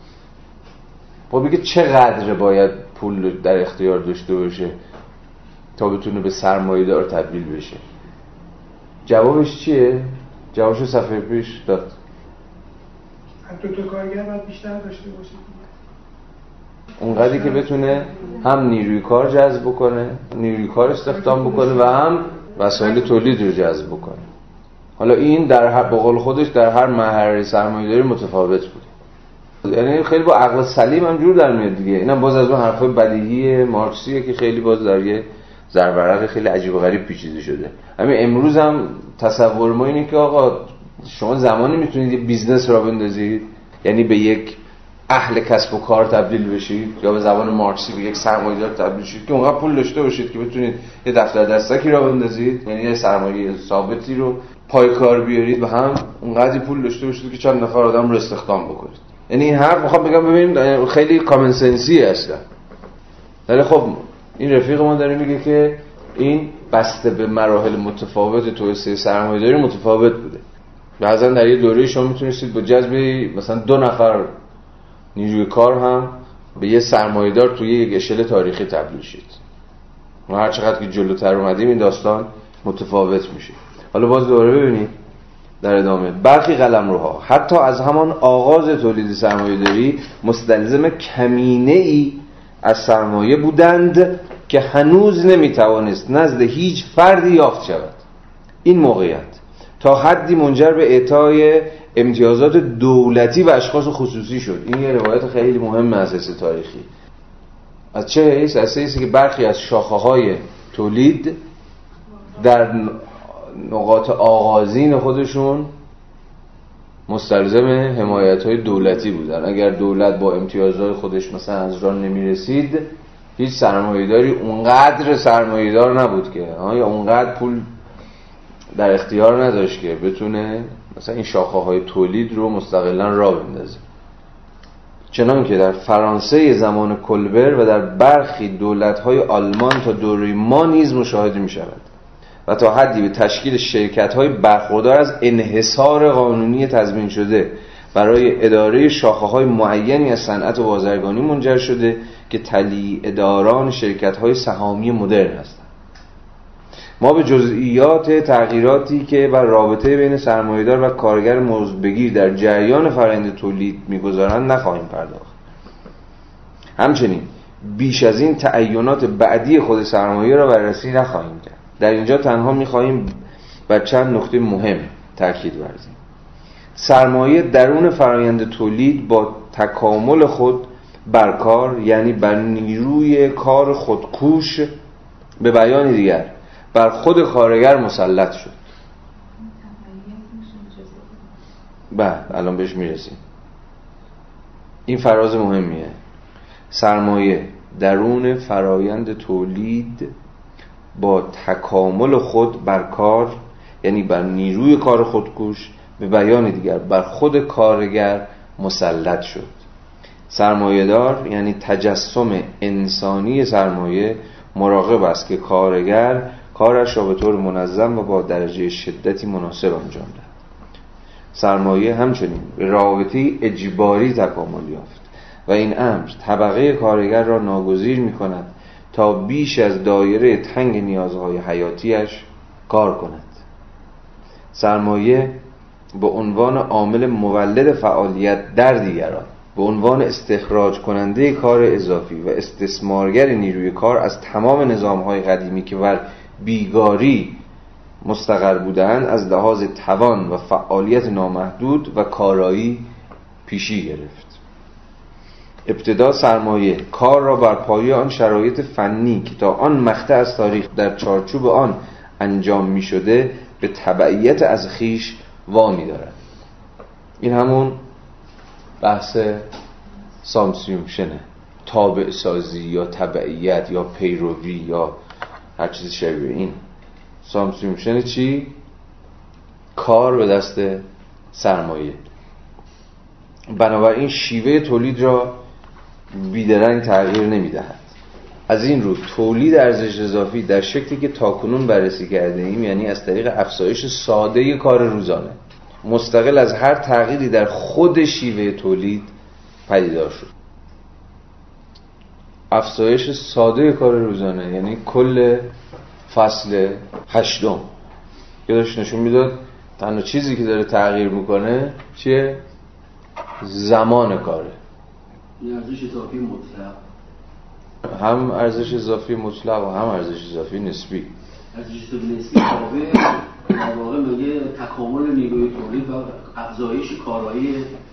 خب میگه چقدر باید پول در اختیار داشته باشه تا بتونه به سرمایه‌دار تبدیل بشه؟ جوابش چیه؟ جوابشو صفحه پیش داد. حتی تو کارگر باید بیشتر داشته باشه، اونقدری که بتونه هم نیروی کار جذب بکنه، نیروی کار استخدام بکنه و هم وسایل تولید رو جذب بکنه. حالا این در هر بقول خودش در هر مرحله سرمایه‌داری متفاوت بوده. یعنی خیلی با عقل سلیم هم جور در میاد دیگه. اینم باز از اون حرفای بدیهی مارکسیه که خیلی باز در یه زرورق خیلی عجیب و غریب پیچیده شده. همین امروز هم تصور ما اینه که آقا شما زمانی میتونید یه بیزنس را بندازید، یعنی به یک اهل کسب و کار تبدیل بشید، یا به زبان مارکسی به یک سرمایه‌دار تبدیل شید که اونقدر پول داشته باشید که بتونید یه دفتر دستکی را بندازید، یعنی یه سرمایه ثابتی رو پای کار بیارید و هم اونقدر پول داشته باشید که چند نفر آدم رو استخدام بکنید. یعنی این حرف میخوام بگم ببینید خیلی کامن سنسی اصلا. ولی خب این رفیق ما داره میگه که این بسته به مراحل متفاوت توسعه سرمایه‌داری متفاوت بوده. بعضا در یه دوره شما میتونستید با جذب مثلا 2 نفر نیروی کار هم به یه سرمایه‌دار توی یک اشل تاریخی تبدیل شید. و هر چقدر که جلوتر اومدیم این داستان متفاوت میشه. حالا باز دوباره ببینید در ادامه برخی قلمروها حتی از همان آغاز تولید سرمایه‌داری مستلزم کمینه‌ای از سرمایه بودند که هنوز نمیتوانست نزد هیچ فردی یافت شود. این موقعیت تا حدی منجر به اعطای امتیازات دولتی و اشخاص خصوصی شد. این یه روایت خیلی مهمه از حیث تاریخی. از چه حیث؟ از حیثی که برخی از شاخه‌های تولید در نقاط آغازین خودشون مستلزم حمایت‌های دولتی بودن. اگر دولت با امتیازات خودش مثلا از راه نمی‌رسید، هیچ سرمایه‌داری اونقدر سرمایه‌دار نبود که یا اونقدر پول در اختیار نداشت که بتونه مثلا این شاخه‌های تولید رو مستقلاً راه بندازه. چنان که در فرانسه زمان کلبر و در برخی دولت‌های آلمان تا دوره ما نیز مشاهده می‌شود و تا حدی به تشکیل شرکت‌های برخوردار از انحصار قانونی تضمین شده برای اداره شاخه‌های معینی از صنعت بازرگانی منجر شده که تلیعه‌داران شرکت‌های سهامی مدرن هستند. ما به جزئیات تغییراتی که بر رابطه بین سرمایه‌دار و کارگر مزدبگیر در جریان فرآیند تولید می‌گذارند نخواهیم پرداخت. همچنین بیش از این تعینات بعدی خود سرمایه را بررسی نخواهیم کرد. در اینجا تنها می‌خواهیم بر چند نکته مهم تاکید ورزیم. سرمایه درون فرآیند تولید با تکامل خود بر کار، یعنی بر نیروی کار خودکوش، به بیان دیگر بر خود کارگر مسلط شد. بعد الان بهش میرسیم. این فراز مهمیه. سرمایه درون فرایند تولید با تکامل خود بر کار، یعنی بر نیروی کار خودکوش، به بیان دیگر بر خود کارگر مسلط شد. سرمایه‌دار یعنی تجسم انسانی سرمایه مراقب است که کارگر کارش را به طور منظم و با درجه شدتی مناسب انجام دهد. سرمایه همچنین به رابطه اجباری تکامل یافت و این امر طبقه کارگر را ناگزیر می‌کند تا بیش از دایره تنگ نیازهای حیاتیش کار کند. سرمایه به عنوان عامل مولد فعالیت در دیگران، به عنوان استخراج کننده کار اضافی و استثمارگر نیروی کار از تمام نظام‌های قدیمی که بر بیگاری مستقر بودند، از لحاظ توان و فعالیت نامحدود و کارایی پیشی گرفت. ابتدا سرمایه کار را بر پایه آن شرایط فنی که تا آن مقطع از تاریخ در چارچوب آن انجام می شده به تبعیت از خیش وامی دارد. این همون بحث سابسیومشنه، تابع سازی یا تبعیت یا پیروی یا هر چیز شبیه این. سابسیومشن چی؟ کار به دست سرمایه. بنابراین شیوه تولید را بیدرنگ تغییر نمی‌دهد. از این رو تولید ارزش اضافی در شکلی که تاکنون بررسی کرده ایم، یعنی از طریق افزایش ساده کار روزانه، مستقل از هر تغییری در خود شیوه تولید پدیدار شد. افزایش ساده کار روزانه یعنی کل فصل 8 که داشت نشون میداد تنها چیزی که داره تغییر میکنه چیه؟ زمان کاره. ارزش اضافی مطلق، هم ارزش اضافی مطلق و هم ارزش اضافی نسبی. ارزش اضافی نسبی در واقع میگه تکامل نیروی تولید و افزایش کارایی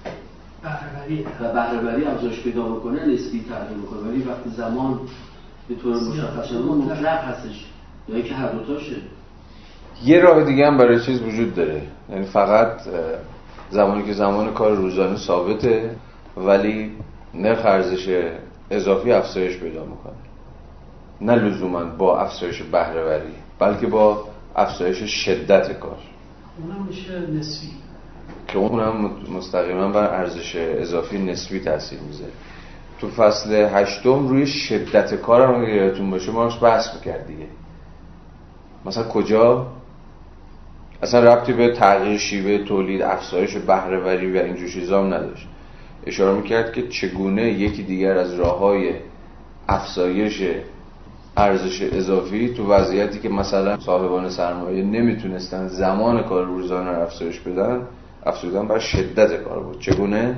و بهره‌وری افزایش پیدا میکنه، نسبی تغییر میکنه. ولی وقتی زمان به طور مشخص مطلق هستش، یا اینکه هر دو تاشه. یه راه دیگه هم برای چیز وجود داره، یعنی فقط زمانی که زمان کار روزانه ثابته ولی نرخ ارزش اضافی افزایش پیدا میکنه، نه لزوما با افزایش بهره‌وری بلکه با افزایش شدت کار. اونم میشه نسبی که اونم مستقیما بر ارزش اضافی نسبی تاثیر میذاره. تو فصل 8 روی شدت کار هم اگه یادتون باشه ما روش بحث می‌کرد دیگه. مثلا کجا اصلا ربطی به تغییر شیوه تولید، افزایش بهره‌وری و اینجور چیزا هم نداشت. اشاره می‌کرد که چگونه یکی دیگر از راه‌های افزایش ارزش اضافی تو وضعیتی که مثلا صاحبان سرمایه نمیتونستن زمان کار روزانه رو افزایش بدن، افزودن بر شدت کار بود. چگونه؟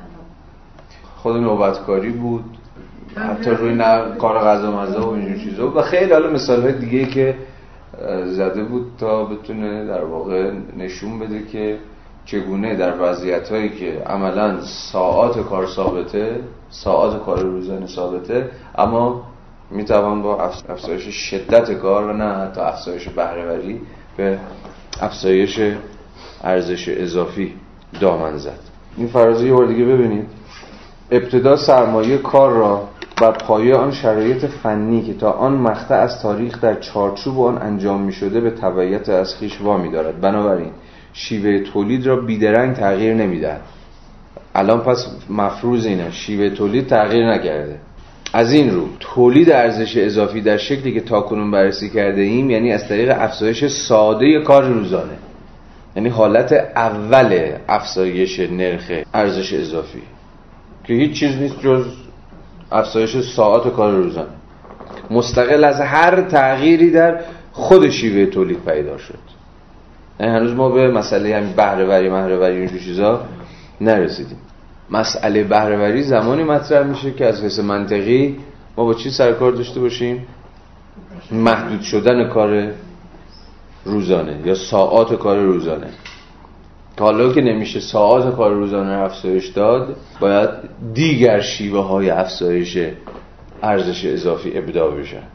خود نوبتکاری بود، حتی روی کار غذا مزه و اینجور چیزا و خیلی حالا مثال‌های دیگه که زده بود تا بتونه در واقع نشون بده که چگونه در وضعیت‌هایی که عملاً ساعات کار ثابته، ساعات کار روزانه ثابته، اما میتوان با افزایش شدت کار و نه حتی افزایش بهره‌وری به افزایش ارزش اضافی دامن زد. این فرضیه یه بار دیگه ببینید. ابتدا سرمایه کار را بر پایه آن شرایط فنی که تا آن مقطع از تاریخ در چارچوب آن انجام می شده به تبعیت از خویش وامی دارد. بنابراین شیوه تولید را بیدرنگ تغییر نمی دهد. الان پس مفروض اینه شیوه تولید تغییر نکرده. از این رو تولید ارزش اضافی در شکلی که تاکنون بررسی کرده ایم، یعنی از طریق افزایش ساده کار روزانه، یعنی حالت اول افزایش نرخ ارزش اضافی که هیچ چیز نیست جز افزایش ساعات کار روزانه، مستقل از هر تغییری در خود شیوه تولید پیدا شد. هنوز ما به مسئله همین بهره‌وری مهره‌وری اینجور چیزا نرسیدیم. مسئله بهره‌وری زمانی مطرح میشه که از حیث منطقی ما با چی سر کار داشته باشیم؟ محدود شدن کار روزانه یا ساعات کار روزانه. حالا که نمیشه ساعات کار روزانه افزایش داد، باید دیگر شیوه های افزایش ارزش اضافی ابداع بشن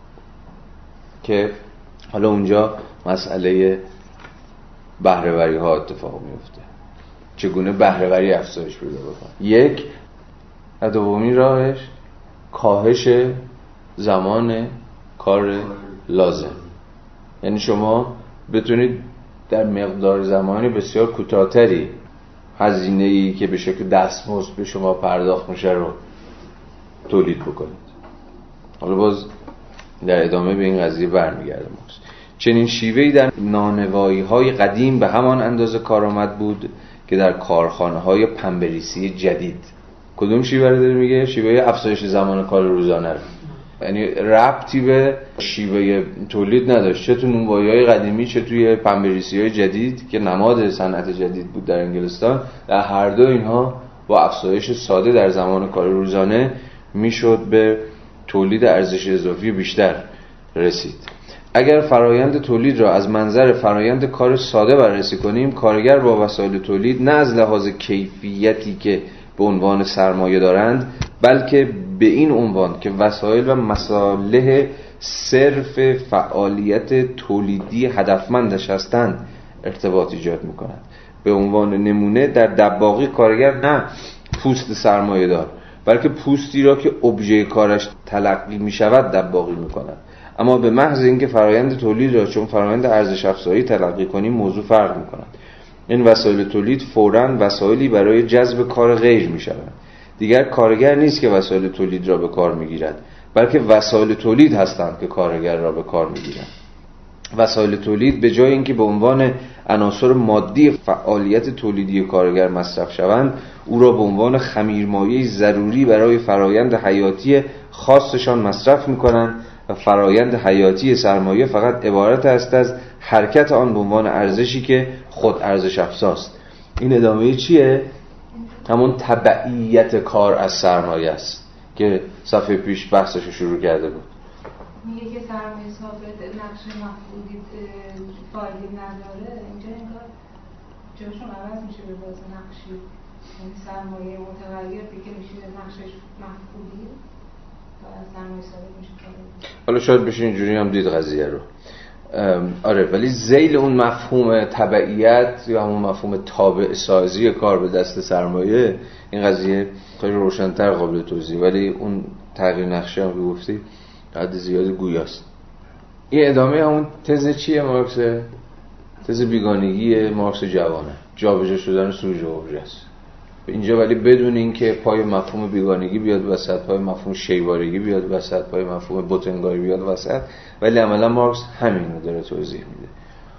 که حالا اونجا مسئله بهره‌وری ها اتفاق میفته. چگونه بهره‌وری افزایش پیدا بکنه؟ یک، دومی راهش کاهش زمان کار لازم. یعنی شما بتونید در مقدار زمانی بسیار کوتاه‌تری هزینه‌ای که به شکل دستمزد به شما پرداخت میشه رو تولید بکنید. حالا باز در ادامه به این قضیه برمیگردم. چنین شیوهی در نانوایی‌های قدیم به همان اندازه کارآمد بود که در کارخانه‌های پنبه‌ریزی جدید. کدوم شیوه رو داره میگه؟ شیوه افزایش زمان کار روزانه رو. یعنی ربطی به شیوه تولید نداشت، چه تو نونوایی‌های قدیمی چه توی پنبه‌ریزی‌های جدید که نماد صنعت جدید بود در انگلستان. در هر دو اینها با افزایش ساده در زمان کار روزانه میشد به تولید ارزش اضافی بیشتر رسید. اگر فرایند تولید را از منظر فرایند کار ساده بررسی کنیم، کارگر با وسایل تولید نه از لحاظ کیفیتی که به عنوان سرمایه دارند، بلکه به این عنوان که وسایل و مصالح صرف فعالیت تولیدی هدفمندش هستند ارتباط ایجاد می‌کنند. به عنوان نمونه در دباغی کارگر نه پوست سرمایه دار، بلکه پوستی را که ابژه کارش تلقی می‌شود دباغی می‌کند. اما به محض اینکه فرایند تولید را چون فرایند ارزش افزایی تلقی کنیم موضوع فرق می‌کند. این وسایل تولید فوراً وسایلی برای جذب کار غیر می‌شوند. دیگر کارگر نیست که وسایل تولید را به کار می‌گیرد، بلکه وسایل تولید هستند که کارگر را به کار می‌گیرند. وسایل تولید به جای اینکه به عنوان عناصر مادی فعالیت تولیدی کارگر مصرف شوند، او را به عنوان خمیرمایه ضروری برای فرایند حیاتی خاصشان مصرف می‌کنند و فرایند حیاتی سرمایه فقط عبارت است از حرکت آن به عنوان ارزشی که خود ارزش افزاست. این ادامه چیه؟ همون تبعیت کار از سرمایه است که صفحه پیش بحثش رو شروع کرده بود. میگه که سرمایه ثابت نقش مفقودی فایلی نداره، اینجا انگار جاشون عوض میشه به باز نقشی، یعنی سرمایه متغیر دیگه میشه نقشش مفقودی و سرمایه ثابت میشه فایلی. حالا شاید بشه اینجوری هم دید قضیه رو. آره، ولی ذیل اون مفهوم تبعیت یا همون مفهوم تابع سازی کار به دست سرمایه، این قضیه خیلی روشن‌تر قابل توضیح، ولی اون تغییر نقشه هم که گفتی حد زیاد گویاست. این ادامه همون تز چیه مارکس؟ تز بیگانگی مارکس جوانه، جابجا شدن سوژه و ابژه است اینجا، ولی بدون اینکه پای مفهوم بیگانگی بیاد وسط، پای مفهوم شیوارگی بیاد وسط، پای مفهوم بوتنگاری بیاد وسط، ولی عملا مارکس همین رو داره توضیح میده.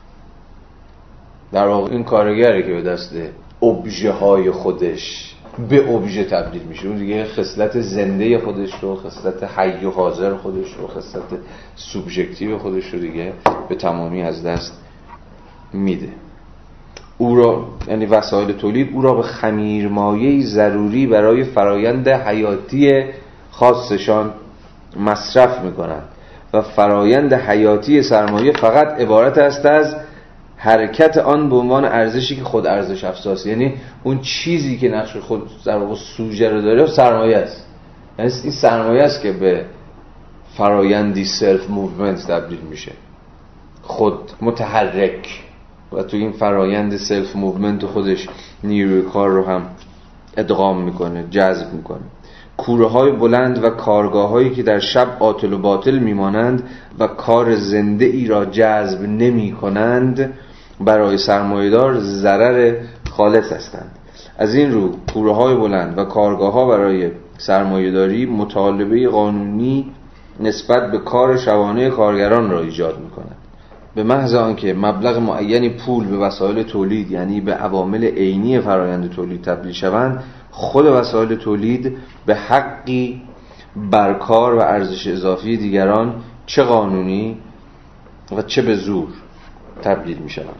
در واقع این کارگره که به دست ابژه های خودش به ابژه تبدیل میشه، اون دیگه خصلت زنده خودش رو، خصلت حی و حاضر خودش رو، خصلت سوبژکتیو خودش رو دیگه به تمامی از دست میده. او را، یعنی وسایل تولید، او را به خمیرمایه‌ای ضروری برای فرایند حیاتی خاصشان مصرف میکنند و فرایند حیاتی سرمایه فقط عبارت است از حرکت آن به عنوان ارزشی که خود ارزش افزاست. یعنی اون چیزی که نقش خود در واقع سوژه رو داره سرمایه است، یعنی این سرمایه است که به فرایندی سلف موومنت تبدیل میشه، خود متحرک، و تو این فرایند سلف موومنت خودش نیروی کار رو هم ادغام میکنه، جذب میکنه. کوره های بلند و کارگاه هایی که در شب عاطل و باطل میمانند و کار زنده ای را جذب نمی کنند برای سرمایه‌دار ضرر خالص هستند. از این رو کوره های بلند و کارگاه ها برای سرمایه‌داری مطالبه قانونی نسبت به کار شبانه کارگران را ایجاد میکنند. به محض آنکه مبلغ معینی پول به وسایل تولید، یعنی به عوامل عینی فرآیند تولید تبدیل شوند، خود وسایل تولید به حقی بر کار و ارزش اضافی دیگران، چه قانونی و چه به زور تبدیل می شوند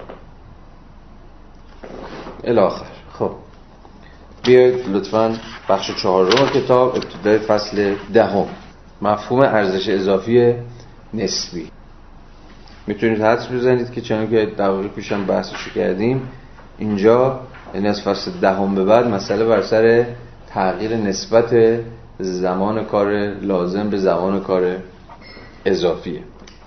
الاخر. خب بیاید لطفاً بخش 4 کتاب ابتدای فصل 10 مفهوم ارزش اضافی نسبی. میتونید حدس بزنید که چون که دقیقی پیشم بحثش کردیم اینجا یعنی از فصل 10 به بعد مسئله بر سر تغییر نسبت زمان کار لازم به زمان کار اضافیه.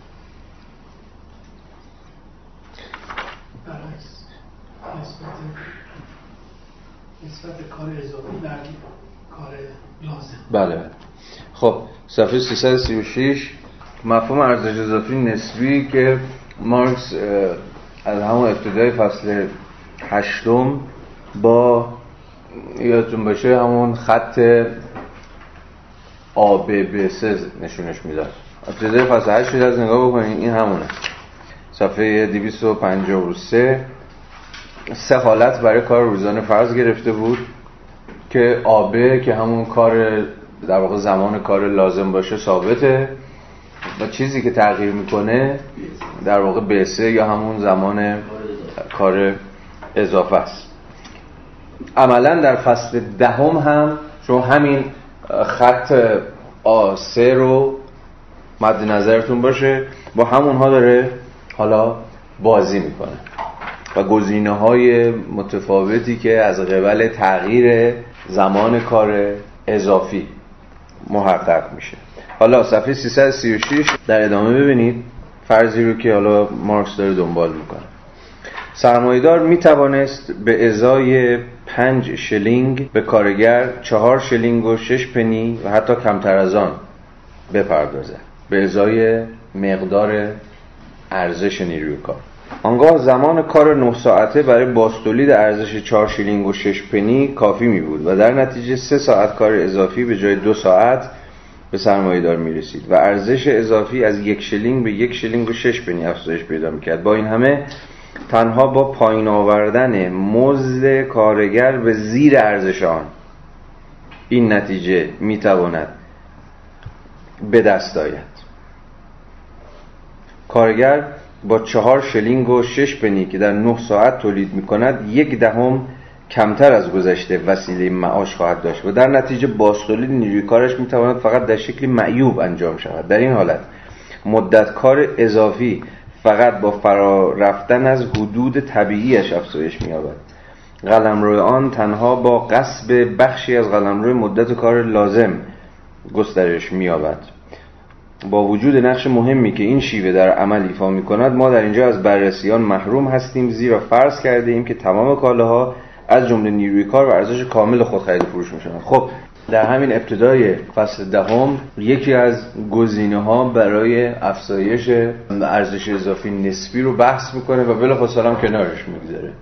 نسبت کار اضافی در کار لازم. بله. خب صفحه 336 مفهوم ارزش اضافی نسبی که مارکس از همون ابتدای فصل 8 با یادتون باشه همون خط ABBC نشونش میداد. ابتدای فصل 8 از نگاه بکنید این همونه. صفحه 253 سه حالت برای کار روزانه فرض گرفته بود که AB که همون کار در واقع زمان کار لازم باشه ثابته و چیزی که تغییر میکنه در واقع BC یا همون زمان کار اضافه است. عملا در فصل 10 هم شما همین خط AC رو مد نظرتون باشه با همونها داره حالا بازی میکنه و گزینه‌های متفاوتی که از قبل تغییر زمان کار اضافی محقق میشه. حالا صفحه 336 در ادامه ببینید فرضی رو که حالا مارکس داره دنبال میکنه. سرمایه‌دار میتوانست به ازای 5 شلینگ به کارگر 4 شلینگ و 6 پنی و حتی کمتر از آن بپردازد به ازای مقدار ارزش نیروی کار. آنگاه زمان کار 9 ساعته برای بازتولید ارزش 4 شیلینگ و 6 پنی کافی می بود و در نتیجه 3 ساعت کار اضافی به جای 2 ساعت به سرمایه‌دار می رسید و ارزش اضافی از 1 شیلینگ به 1 شیلینگ و 6 پنی افزایش پیدا می کرد. با این همه تنها با پایین آوردن مزد کارگر به زیر ارزش آن این نتیجه می تواند به دست آید. کارگر با 4 شلینگ و 6 پنی که در 9 ساعت تولید می کند 1/10 کمتر از گذشته وسیله معاش خواهد داشت و در نتیجه بازتولید نیروی کارش می تواند فقط در شکل معیوب انجام شود. در این حالت مدت کار اضافی فقط با فرا رفتن از حدود طبیعیش افزایش می یابد. قلمرو آن تنها با غصب بخشی از قلمرو مدت کار لازم گسترش می یابد. با وجود نقش مهمی که این شیوه در عمل ایفا می‌کند ما در اینجا از بررسی آن محروم هستیم زیرا فرض کرده ایم که تمام کالاها از جمله نیروی کار و ارزش کامل خود خرید و فروش می‌شوند. خب در همین ابتدای فصل 10 یکی از گزینه‌ها برای افزایش ارزش اضافی نسبی رو بحث می‌کنه و بلافاصله هم کنارش می‌گذاره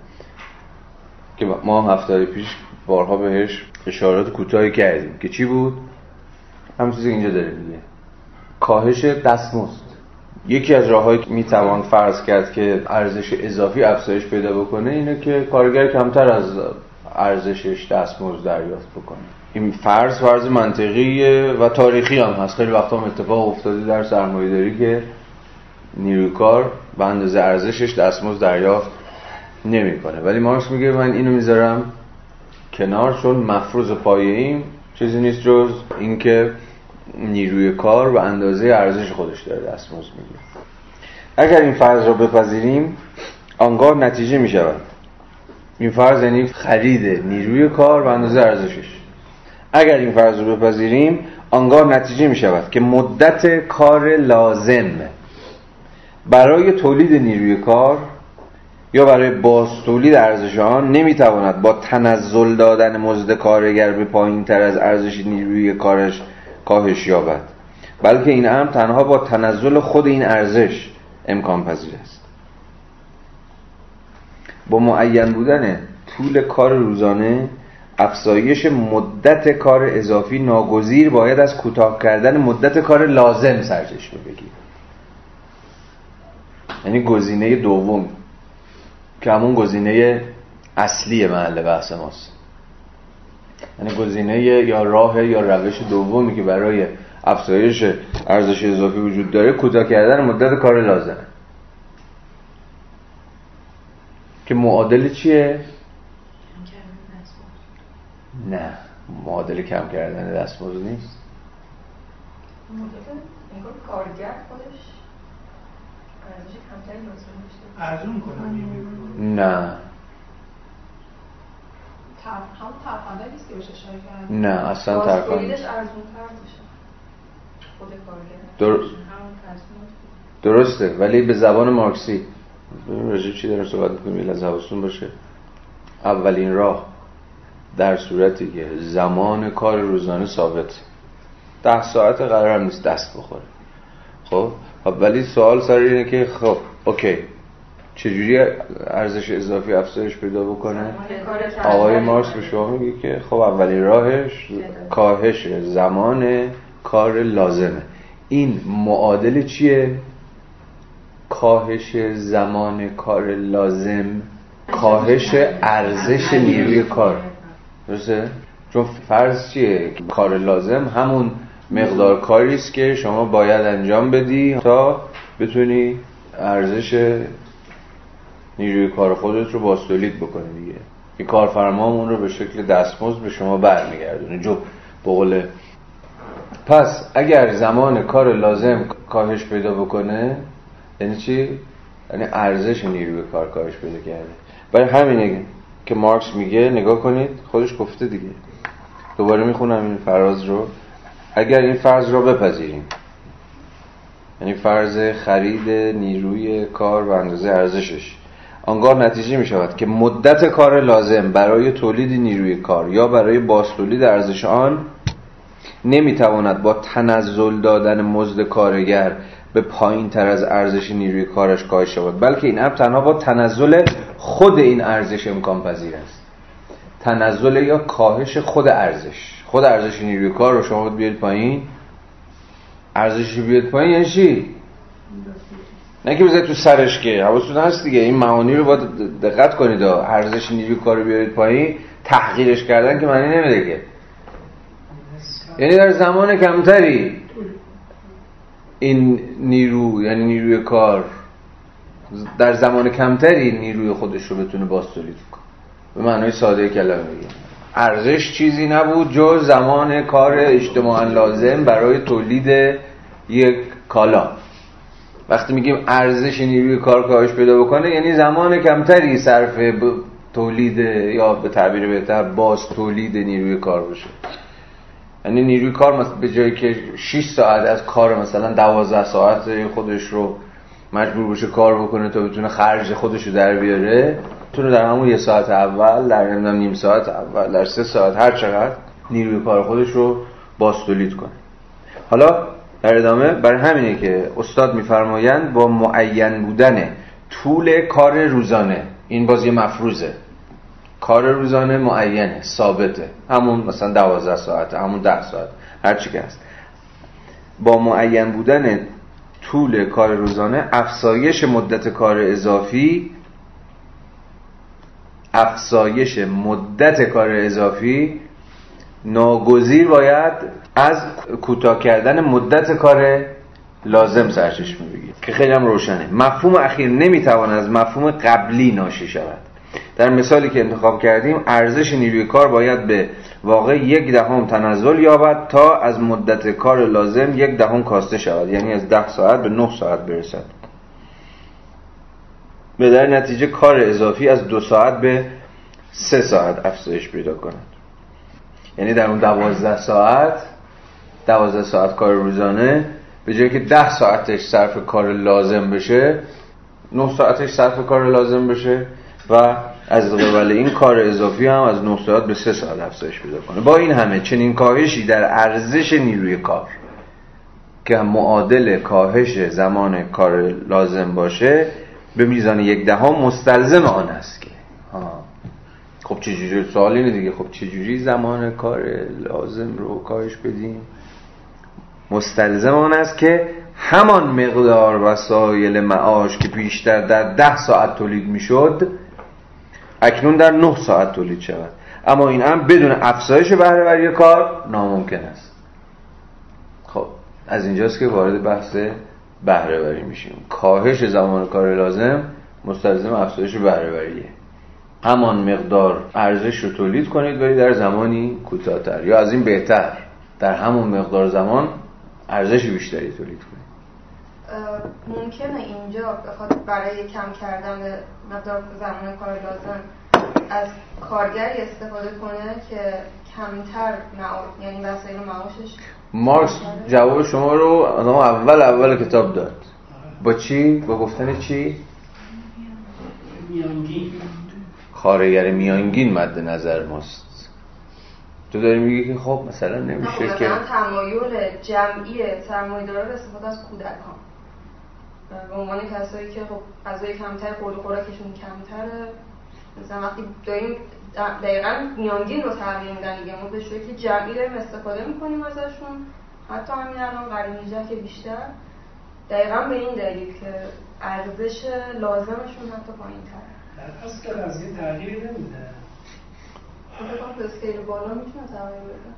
که ما هفته پیش بارها بهش اشارات کوتاهی کردیم که چی بود؟ همین چیزی اینجا داره میگه. کاهش دستمزد. یکی از راههایی که میتوان فرض کرد که ارزش اضافی افزایش پیدا بکنه اینه که کارگر کمتر از ارزشش دستمزد دریافت بکنه. این فرض منطقیه و تاریخی هم هست. خیلی وقتا هم اتفاق افتاده در سرمایه‌داری که نیروی کار به اندازه ارزشش دستمزد دریافت نمیکنه. ولی مارکس میگه من اینو میذارم کنار چون مفروض پایه‌ایم چیزی نیست جز اینکه نیروی کار و اندازه ارزش خودش داره دستمزد میگیره. اگر این فرض را بپذیریم آنگاه نتیجه می شود. این فرض یعنی خرید نیروی کار و اندازه ارزشش. اگر این فرض را بپذیریم آنگاه نتیجه می شود که مدت کار لازم برای تولید نیروی کار یا برای باز تولید ارزش آن نمیتواند با تنزل دادن مزد کارگر به پایین تر از ارزش نیروی کارش کاهش یابد، بلکه این امر تنها با تنزل خود این ارزش امکان پذیر است. با معین بودن طول کار روزانه افزایش مدت کار اضافی ناگزیر باید از کوتاه کردن مدت کار لازم سرچشمه بگیرد. یعنی گزینه دوم که همون گزینه اصلی محل بحث ماست، یعنی گزینه یا راه یا روش دومی که برای افزایش ارزش اضافی وجود داره کوتاه کردن مدت کار لازمه. که معادل چیه؟ نه، معادل کم کردن دستمزد نیست. معادل انگار کارگر خودش ارزش کمتری لازم داشته ارزون کنه. نه هم ترفنده نیست که بشه شاید. نه اصلا ترفنده تولیدش ارزون‌تر بشه خود کارگر. درسته، ولی به زبان مارکسی راجع چی داریم صحبت می‌کنیم؟ لازم حواستون باشه اولین راه در صورتی که زمان کار روزانه ثابت 10 ساعت قرار هم نیست دست بخوره. خب ولی سوال سر اینه که خب اوکی چجوری ارزش اضافی افزایش پیدا بکنه؟ آقای مارکس به شما میگه که خب اولین راهش کاهش زمان کار لازمه. این معادل چیه؟ کاهش زمان کار لازم، کاهش ارزش نیروی کار. درسته؟ چون فرض چیه؟ کار لازم همون مقدار کاری است که شما باید انجام بدی تا بتونی ارزش نیروی کار خودت رو بازتولید بکنی دیگه. این کارفرما اون رو به شکل دستمزد به شما برمیگردونه. جو بقول پس اگر زمان کار لازم کاهش پیدا بکنه یعنی چی؟ یعنی ارزش نیروی کار کاهش پیدا کرده. برای همینه که مارکس میگه نگاه کنید خودش گفته دیگه. دوباره میخونم این فراز رو. اگر این فرض رو بپذیریم یعنی فرض خرید نیروی کار و اندازه ارزشش، آنگاه نتیجه می شود که مدت کار لازم برای تولید نیروی کار یا برای بازتولید ارزش آن نمی تواند با تنزل دادن مزد کارگر به پایین تر از ارزش نیروی کارش کاهش شود، بلکه این امر تنها با تنزل خود این ارزش امکان پذیر است. تنزل یا کاهش خود ارزش نیروی کار رو شما بیارید پایین، ارزشش بیاد پایین یعنی چی؟ نه که بذارید تو سرش، که حواستون هست دیگه این معانی رو باید دقت کنید. ارزش نیروی کار رو بیارید پایین، تحقیرش کردن که معنی نمیده که. یعنی در زمان کمتری این نیرو، یعنی نیروی کار در زمان کمتری نیروی خودش رو بتونه بازتولید کنه. به معنای ساده کلمه میگم ارزش چیزی نبود جز زمان کار اجتماعاً لازم برای تولید یک کالا. وقتی میگیم ارزش نیروی کار کاهش پیدا بکنه یعنی زمان کمتری صرف تولید یا به تعبیر بهتر باز تولید نیروی کار بشه. یعنی نیروی کار به جایی که 6 ساعت از کار مثلا 12 ساعت خودش رو مجبور بشه کار بکنه تا بتونه خرج خودش رو در بیاره، بتونه در همون 1 ساعت اول، در نیم ساعت اول، در 3 ساعت هر چقدر نیروی کار خودش رو بازتولید کنه. حالا در ادامه برای همینه که استاد میفرمایند با معین بودن طول کار روزانه، این باز یه مفروضه، کار روزانه معینه، ثابته، همون مثلا 12 ساعت، همون 10 ساعت، هر چی که هست. با معین بودن طول کار روزانه افزایش مدت کار اضافی ناگزیر باید از کوتاه کردن مدت کار لازم سرچشمه بگیرد که خیلی هم روشنه. مفهوم اخیر نمیتواند از مفهوم قبلی ناشی شود. در مثالی که انتخاب کردیم ارزش نیروی کار باید به واقع 0.1 تنزل یابد تا از مدت کار لازم 0.1 کاسته شود، یعنی از 10 ساعت به 9 ساعت برسد. به در نتیجه کار اضافی از 2 ساعت به 3 ساعت افزایش پیدا کند. یعنی در اون 12 ساعت کار روزانه به جایی که 10 ساعتش صرف کار لازم بشه 9 ساعتش صرف کار لازم بشه و از قبل این کار اضافی هم از 9 ساعت به 3 ساعت افزایش پیدا کنه. با این همه چنین کاهشی در ارزش نیروی کار که معادل کاهش زمان کار لازم باشه به میزان 0.1 مستلزم آن است که خب چجوری، سوال اینه دیگه، خب چجوری زمان کار لازم رو کاهش بدیم؟ مستلزم آن است که همان مقدار وسایل معاش که پیشتر در 10 ساعت تولید میشد اکنون در 9 ساعت تولید شود، اما این هم بدون افزایش بهره‌وری کار ناممکن است. خب از اینجاست که وارد بحث بهره‌وری میشیم. کاهش زمان کار لازم مستلزم افزایش بهره‌وریه. همان مقدار ارزش رو تولید کنید ولی در زمانی کوتاه‌تر، یا از این بهتر در همون مقدار زمان ارزش بیشتری تولید کنید. ممکنه اینجا بخواد برای کم کردن مقدار زمان کار لازم از کارگری استفاده کنه که کمتر یعنی وسایل معاشش. مارکس جواب شما رو اول کتاب داد. با چی؟ با گفتن چی؟ میانگین. کارگر میانگین مد نظر ماست. تو داری میگی که خب مثلا نمیشه که مثلا تمایل جمعی سرمایه‌دارا به استفاده از کودکان به عنوان کسایی که خب غذای کمتر، خورد و خوراکشون کمتره، مثلا وقتی داریم دقیقاً میانگین رو تغییر میدن دیگه، ما به شکلی جمعی داریم استفاده میکنیم ازشون، حتی همین الان قرن 18 که بیشتر، دقیقاً به این دلیل که ارزش لازمشون حتی پایین‌تره. در اصل از این تغییری نمیده. به اسکیل بالا میتونه تغییر بده.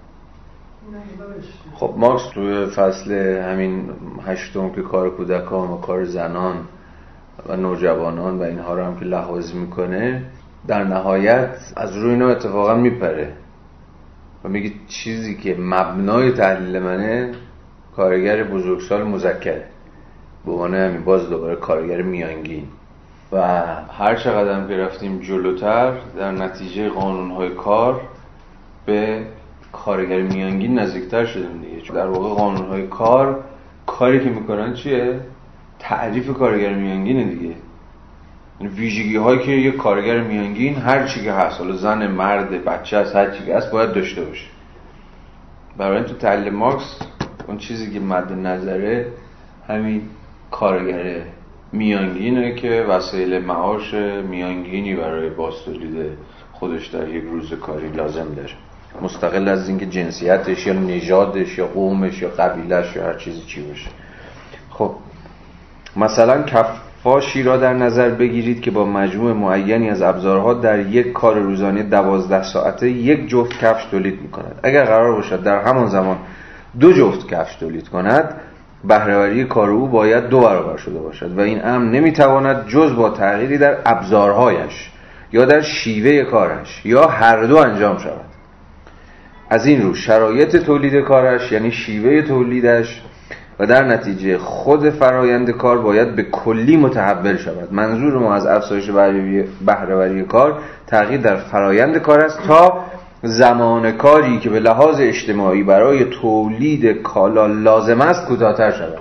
خب مارکس توی فصل همین 8 که کار کودکان و کار زنان و نوجوانان و اینها رو هم که لحاظ میکنه، در نهایت از روی اینا اتفاقا میپره و میگه چیزی که مبنای تحلیل منه کارگر بزرگسال مذکره، به عنوان همین باز دوباره کارگر میانگین. و هر چقدر هم که رفتیم جلوتر در نتیجه قانونهای کار به کارگر میانگین نزدیکتر شدیم دیگه. چون در واقع قانونهای کار کاری که میکنن چیه؟ تعریف کارگر میانگینه دیگه. یعنی ویژگی هایی که یک کارگر میانگین هر چی که هست، حالا زن، مرد، بچه هست، هر چی که هست باید داشته باشه. برای این تو تحلیل مارکس اون چیزی که مد نظره همین کارگر میانگینه که وسایل معاش میانگینی برای بازتولید خودش در یک روز کاری لازم داره، مستقل از اینکه جنسیتش یا نژادش یا قومش یا قبیلهش یا هر چیزی چی باشه. خب مثلا کفاشی را در نظر بگیرید که با مجموع معینی از ابزارها در یک کار روزانه 12 ساعته یک جفت کفش تولید می‌کند. اگر قرار باشد در همان زمان 2 جفت کفش تولید کند، بهره‌وری کار او باید 2 برابر شده باشد و این امر نمی‌تواند جز با تغییری در ابزارهایش یا در شیوه کارش یا هر دو انجام شود. از این رو شرایط تولید کارش یعنی شیوه تولیدش و در نتیجه خود فرایند کار باید به کلی متحول شود. منظور ما از افزایش بهره‌وری کار تغییر در فرایند کار است تا زمان کاری که به لحاظ اجتماعی برای تولید کالا لازم است کوتاه‌تر شود.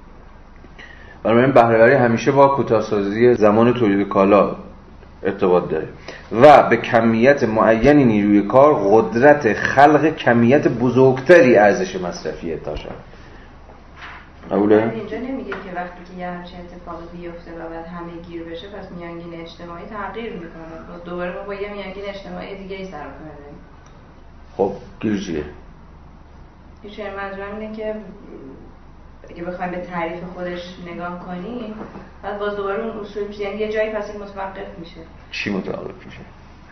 بنابراین بهره‌وری همیشه با کوتاه‌سازی زمان تولید کالا ارتباط داره و به کمیت معینی نیروی کار قدرت خلق کمیت بزرگتری ارزش مصرفی اعطا شود. قبوله؟ اینجا نمیگه که وقتی که یه همچین اتفاقی بیفته و بعد همه گیر بشه پس میانگین اجتماعی تغییر میکنه. دوباره ما با یه میانگین اجتماعی دیگه ای سر و کار داریم. خب گیر چیه؟ چون منظورم اینه که اگه بخوایم به تعریف خودش نگاه کنیم بعد باز دوباره اون اصول میشه، یعنی یه جایی پس این متوقف میشه. چی متوقف میشه؟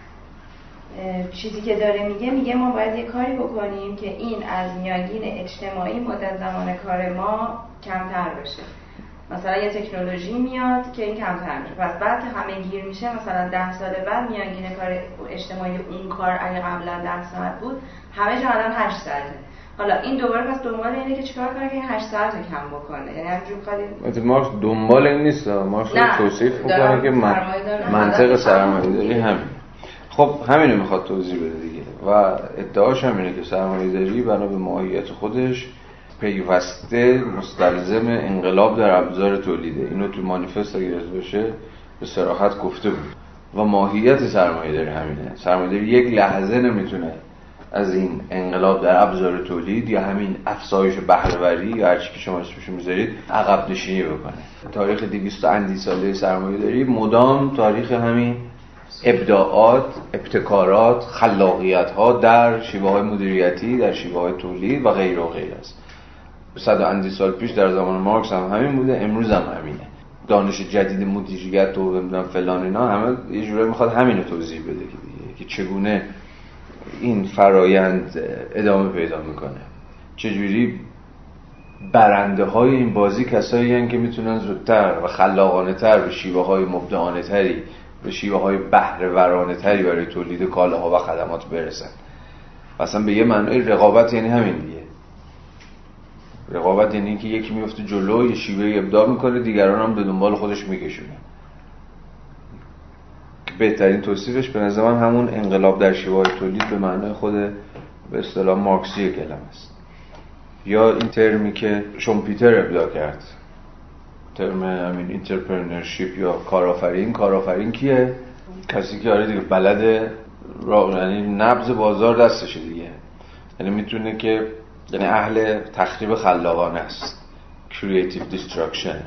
چیزی که داره میگه ما باید یه کاری بکنیم که این از میانگین اجتماعی مدت زمان کار ما کمتر بشه. مثلا یه تکنولوژی میاد که این کمتر میشه، پس بعد که همه گیر میشه مثلا 10 سال بعد میانگین کار اجتماعی اون کار اگه قبلا 10 ساعت بود همه جا الان 8 ساعته. حالا این دوباره پس دنبال اینه که چیکار کنه که این 8 ساعت رو کم بکنه. یعنی همینجوری بخواد مارکس دنبال این نیست، مارکس توصیف میکنه که منطق سرمایه‌داری همین. خب همینو میخواد توضیح بده دیگه و ادعاش همینه که سرمایه‌داری بنا به ماهیت خودش پیوسته مستلزم انقلاب در ابزار تولیده. اینو تو مانیفست اگه یاد باشه به صراحت گفته بود و ماهیت سرمایه‌داری همینه. سرمایه‌داری یک لحظه نمیتونه از این انقلاب در ابزار تولید یا همین افزایش بهره‌وری یا هر چی که شما اسمشو میذارید عقب نشینی بکنه. تاریخ 200 اندی ساله سرمایه‌داری مدام تاریخ همین ابداعات، ابتکارات، خلاقیت‌ها در شیوه‌های مدیریتی، در شیوه‌های تولید و غیره و غیره است. 100 اندی سال پیش در زمان مارکس هم همین بوده، امروز هم همینه. دانش جدید مدیریت و نمیدونم فلان اینا همه یه جوری میخواد همینو توضیح بده که چگونه این فرایند ادامه پیدا میکنه، چجوری برنده های این بازی کسایی هستند که میتونن زودتر و خلاقانه تر و شیوه های مبدعانه تری به شیوه‌های بهره‌ورانه تری برای تولید کالاها و خدمات برسن. اصلا به یه معنای رقابت یعنی همین دیگه. رقابت یعنی که یکی میفته جلو، یه شیوه ابداع میکنه، دیگران هم به دنبال خودش میکشونه. بهترین توصیفش به نظر من همون انقلاب در شیوه‌های تولید به معنای خود به اصطلاح مارکسی کلمه است. یا این ترمی که شومپیتر ابداع کرد، ترم همین انترپرنورشیپ یا کارآفرین کیه؟ کسی که دیگه بلده یعنی نبض بازار دستشه دیگه، یعنی میتونه که یعنی اهل تخریب خلاقانه است، creative destruction،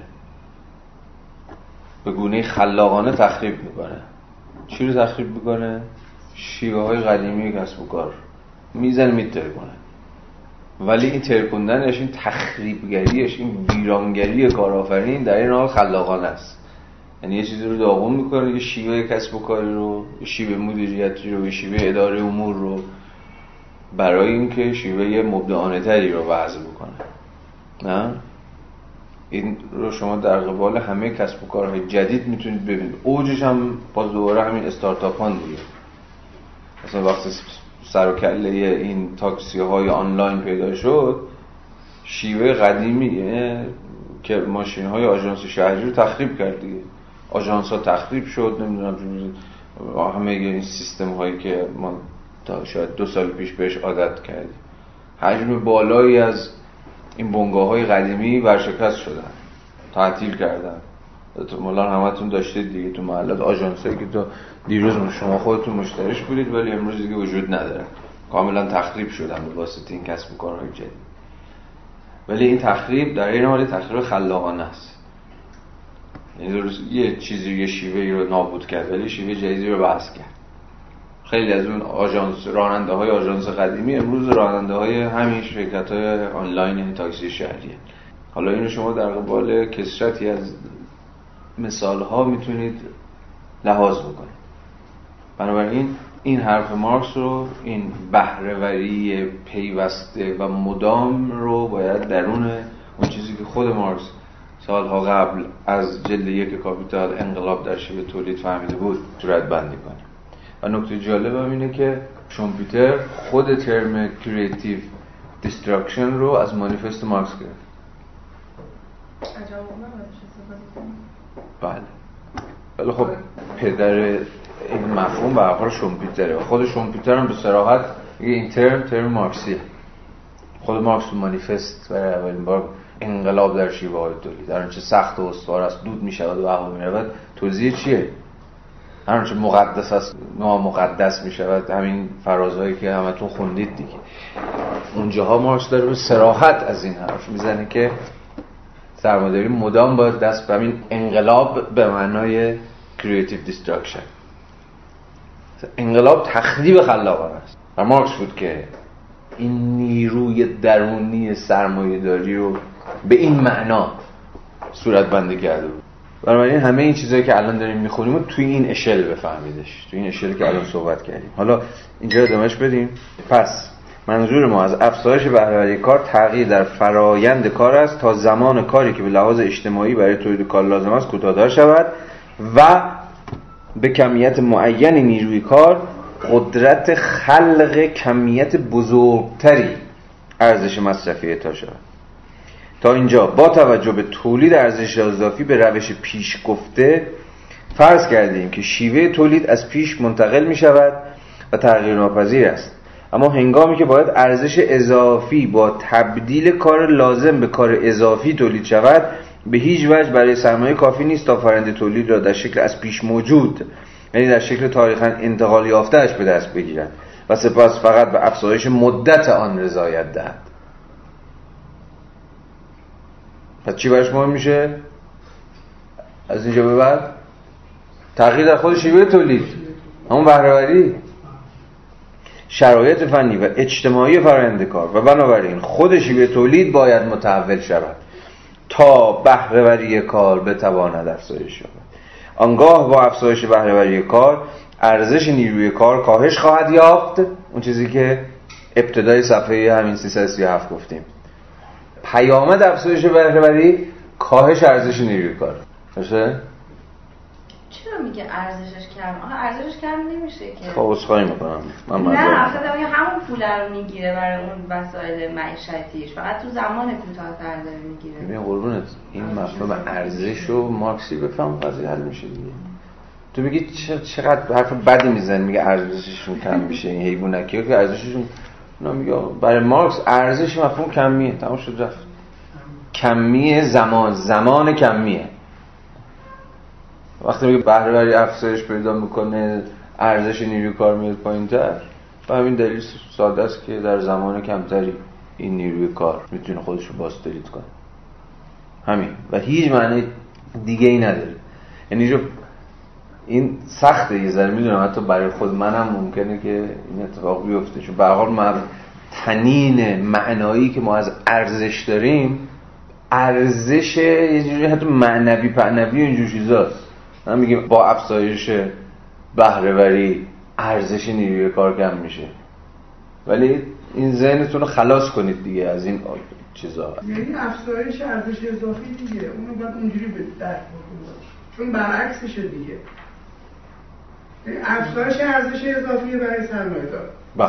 به گونه خلاقانه تخریب میکنه. چی رو تخریب میکنه؟ شیوه های قدیمی کسب و کار میزنه میترکونه. ولی این ترکوندنش، این تخریبگریش، این ویرانگری کارآفرین در این حال خلاقانه است. یعنی یه چیزی رو داغون میکنه، یه شیوه کسب و کاری رو، یه شیوه مدیریتی رو، یه شیوه اداره امور رو، برای اینکه شیوه مبدعانه تری رو وضع بکنه. نه؟ این رو شما در قبال همه کسب و کارهای جدید میتونید ببینید. اوجش هم باز دوباره همین استارتاپان دیگه. مثلا وقتی سر و کله این تاکسی های آنلاین پیدا شد، شیوه قدیمیه که ماشین های آژانس شهری رو تخریب کرد دیگه. آژانس ها تخریب شد، نمیدونم همه این سیستم هایی که ما تا شاید 2 سال پیش بهش عادت کردیم، حجم بالایی از این بنگاه های قدیمی ورشکست شدن، تعطیل کردن. احتمالاً همتون داشتید دیگه تو محلات آژانسایی که تا دیروز شما خودتون مشتریش بودید ولی امروز دیگه وجود نداره، کاملا تخریب شدن به واسطه این کسب و کارهای جدید. ولی این تخریب در این حال تخریب خلاقانه است، یعنی یه چیزی، یه شیوهی رو نابود کرد ولی شیوه جدیدی رو بحث کرد. خیلی از اون راننده های آژانس قدیمی امروز راننده های همین شرکت های آنلاین، یعنی تاکسی شهریه. حالا اینو شما در قبال کثرتی از مثال ها میتونید لحاظ بکنید. بنابراین این حرف مارکس رو، این بهره‌وری پیوسته و مدام رو باید درون اون چیزی که خود مارکس سالها قبل از جلد 1 کاپیتال انقلاب در شیوه تولید فهمیده بود صورت بندی کنه. و نکته جالب هم اینه که شومپیتر خود ترم کریتیو دیستراکشن رو از مانیفست مارکس گرفت. بله. ولی خب پدر این مفهوم به هر حال شومپیتره. خود شومپیتر هم به صراحت این ترم مارکسیه. خود مارکس تو مانیفست برای اولین بار انقلاب در شیوه‌های تولید، در آنچه سخت و استوار است دود می‌شود و هوا می‌رود، توضیح چیه؟ هر آنچه مقدس است نامقدس می‌شود. همین فرازهایی که همتون خوندید دیگه. اونجاها مارکس داره به صراحت از این حرف میزنه که سرمایه‌داری مدام باید دست به همین انقلاب به معنای creative destruction. انقلاب تخریب خلاقانه است. و مارکس بود که این نیروی درونی سرمایه‌داری رو به این معنا صورت بندی کرده بود. بنابراین همه این چیزایی که الان داریم می‌خونیم رو توی این اشل بفهمیدش، توی این اشل که الان صحبت کردیم. حالا اینجا ادامهش بدیم. پس منظور ما از افزایش بهره‌وری کار تغییر در فرایند کار است تا زمان کاری که به لحاظ اجتماعی برای تولید کار لازم است کوتاه‌تر شود و به کمیت معینی نیروی کار قدرت خلق کمیت بزرگتری ارزش مصرفی اعطا شود. تا اینجا با توجه به تولید ارزش اضافی به روش پیش گفته فرض کردیم که شیوه تولید از پیش منتقل می شود و تغییر ناپذیر است، اما هنگامی که باید ارزش اضافی با تبدیل کار لازم به کار اضافی تولید شود، به هیچ وجه برای سرمایه کافی نیست تا فرآیند تولید را در شکل از پیش موجود، یعنی در شکل تاریخاً انتقال یافته‌اش به دست بگیرد و سپس فقط به افزایش مدت آن رضایت دهد. پس چی برش مهم میشه؟ از اینجا به بعد تغییر در خود شیوه تولید، همون بهره‌وری، شرایط فنی و اجتماعی فرآیند کار و بنابراین خود شیوه تولید باید متحول شود تا بهره‌وری کار بتواند افزایش یابد. آنگاه با افزایش بهره‌وری کار ارزش نیروی کار کاهش خواهد یافت، اون چیزی که ابتدای صفحه همین 337 گفتیم. پیامد افزایش بهره‌وری کاهش ارزش نیروی کار. درسته؟ چرا میگه ارزشش کم؟ آخه ارزشش کم نمیشه که. خب عذرخواهی میکنم. نه آخه دارم همون پول رو میگیره برای اون وسایل معیشتیش، فقط تو زمان کوتاه‌تر داره میگیره. ببین قربونت این مفهوم ارزش و مارکسی بفهم قضیه حل میشه دیگه. تو میگی چقدر حرف بدی میزنی، میگه ارزششون کم میشه. این حیوانکی‌ها که ارزششون، اونا میگه برای مارکس ارزش مفهوم کمیه، تمام شد رفت. کمیه زمان کمیه. وقتی میگه بهره وری افزایش پیدا میکنه، ارزش نیروی کار میاد پایین‌تر، به همین دلیل ساده است که در زمان کمتری این نیروی کار میتونه خودش رو باستریت کنه. همین و هیچ معنی دیگه ای نداره. یعنی این سخته یه ذره، میدونم حتی برای خود منم ممکنه که این اتفاق بیفته، چون به هر حال تنین معنایی که ما از ارزش داریم، ارزش یه جوری حتی معنوی پهنوی و اینجور چیزاست. من میگم با افزایش بهره وری ارزش نیروی کار کم میشه، ولی این ذهنتون رو خلاص کنید دیگه از این چیزا. یعنی افزایش ارزش اضافی دیگه، اونو باید اونجوری به درک بکنید، چون برعکسشه دیگه. یعنی افزایش ارزش اضافی برای سرمایه‌دار.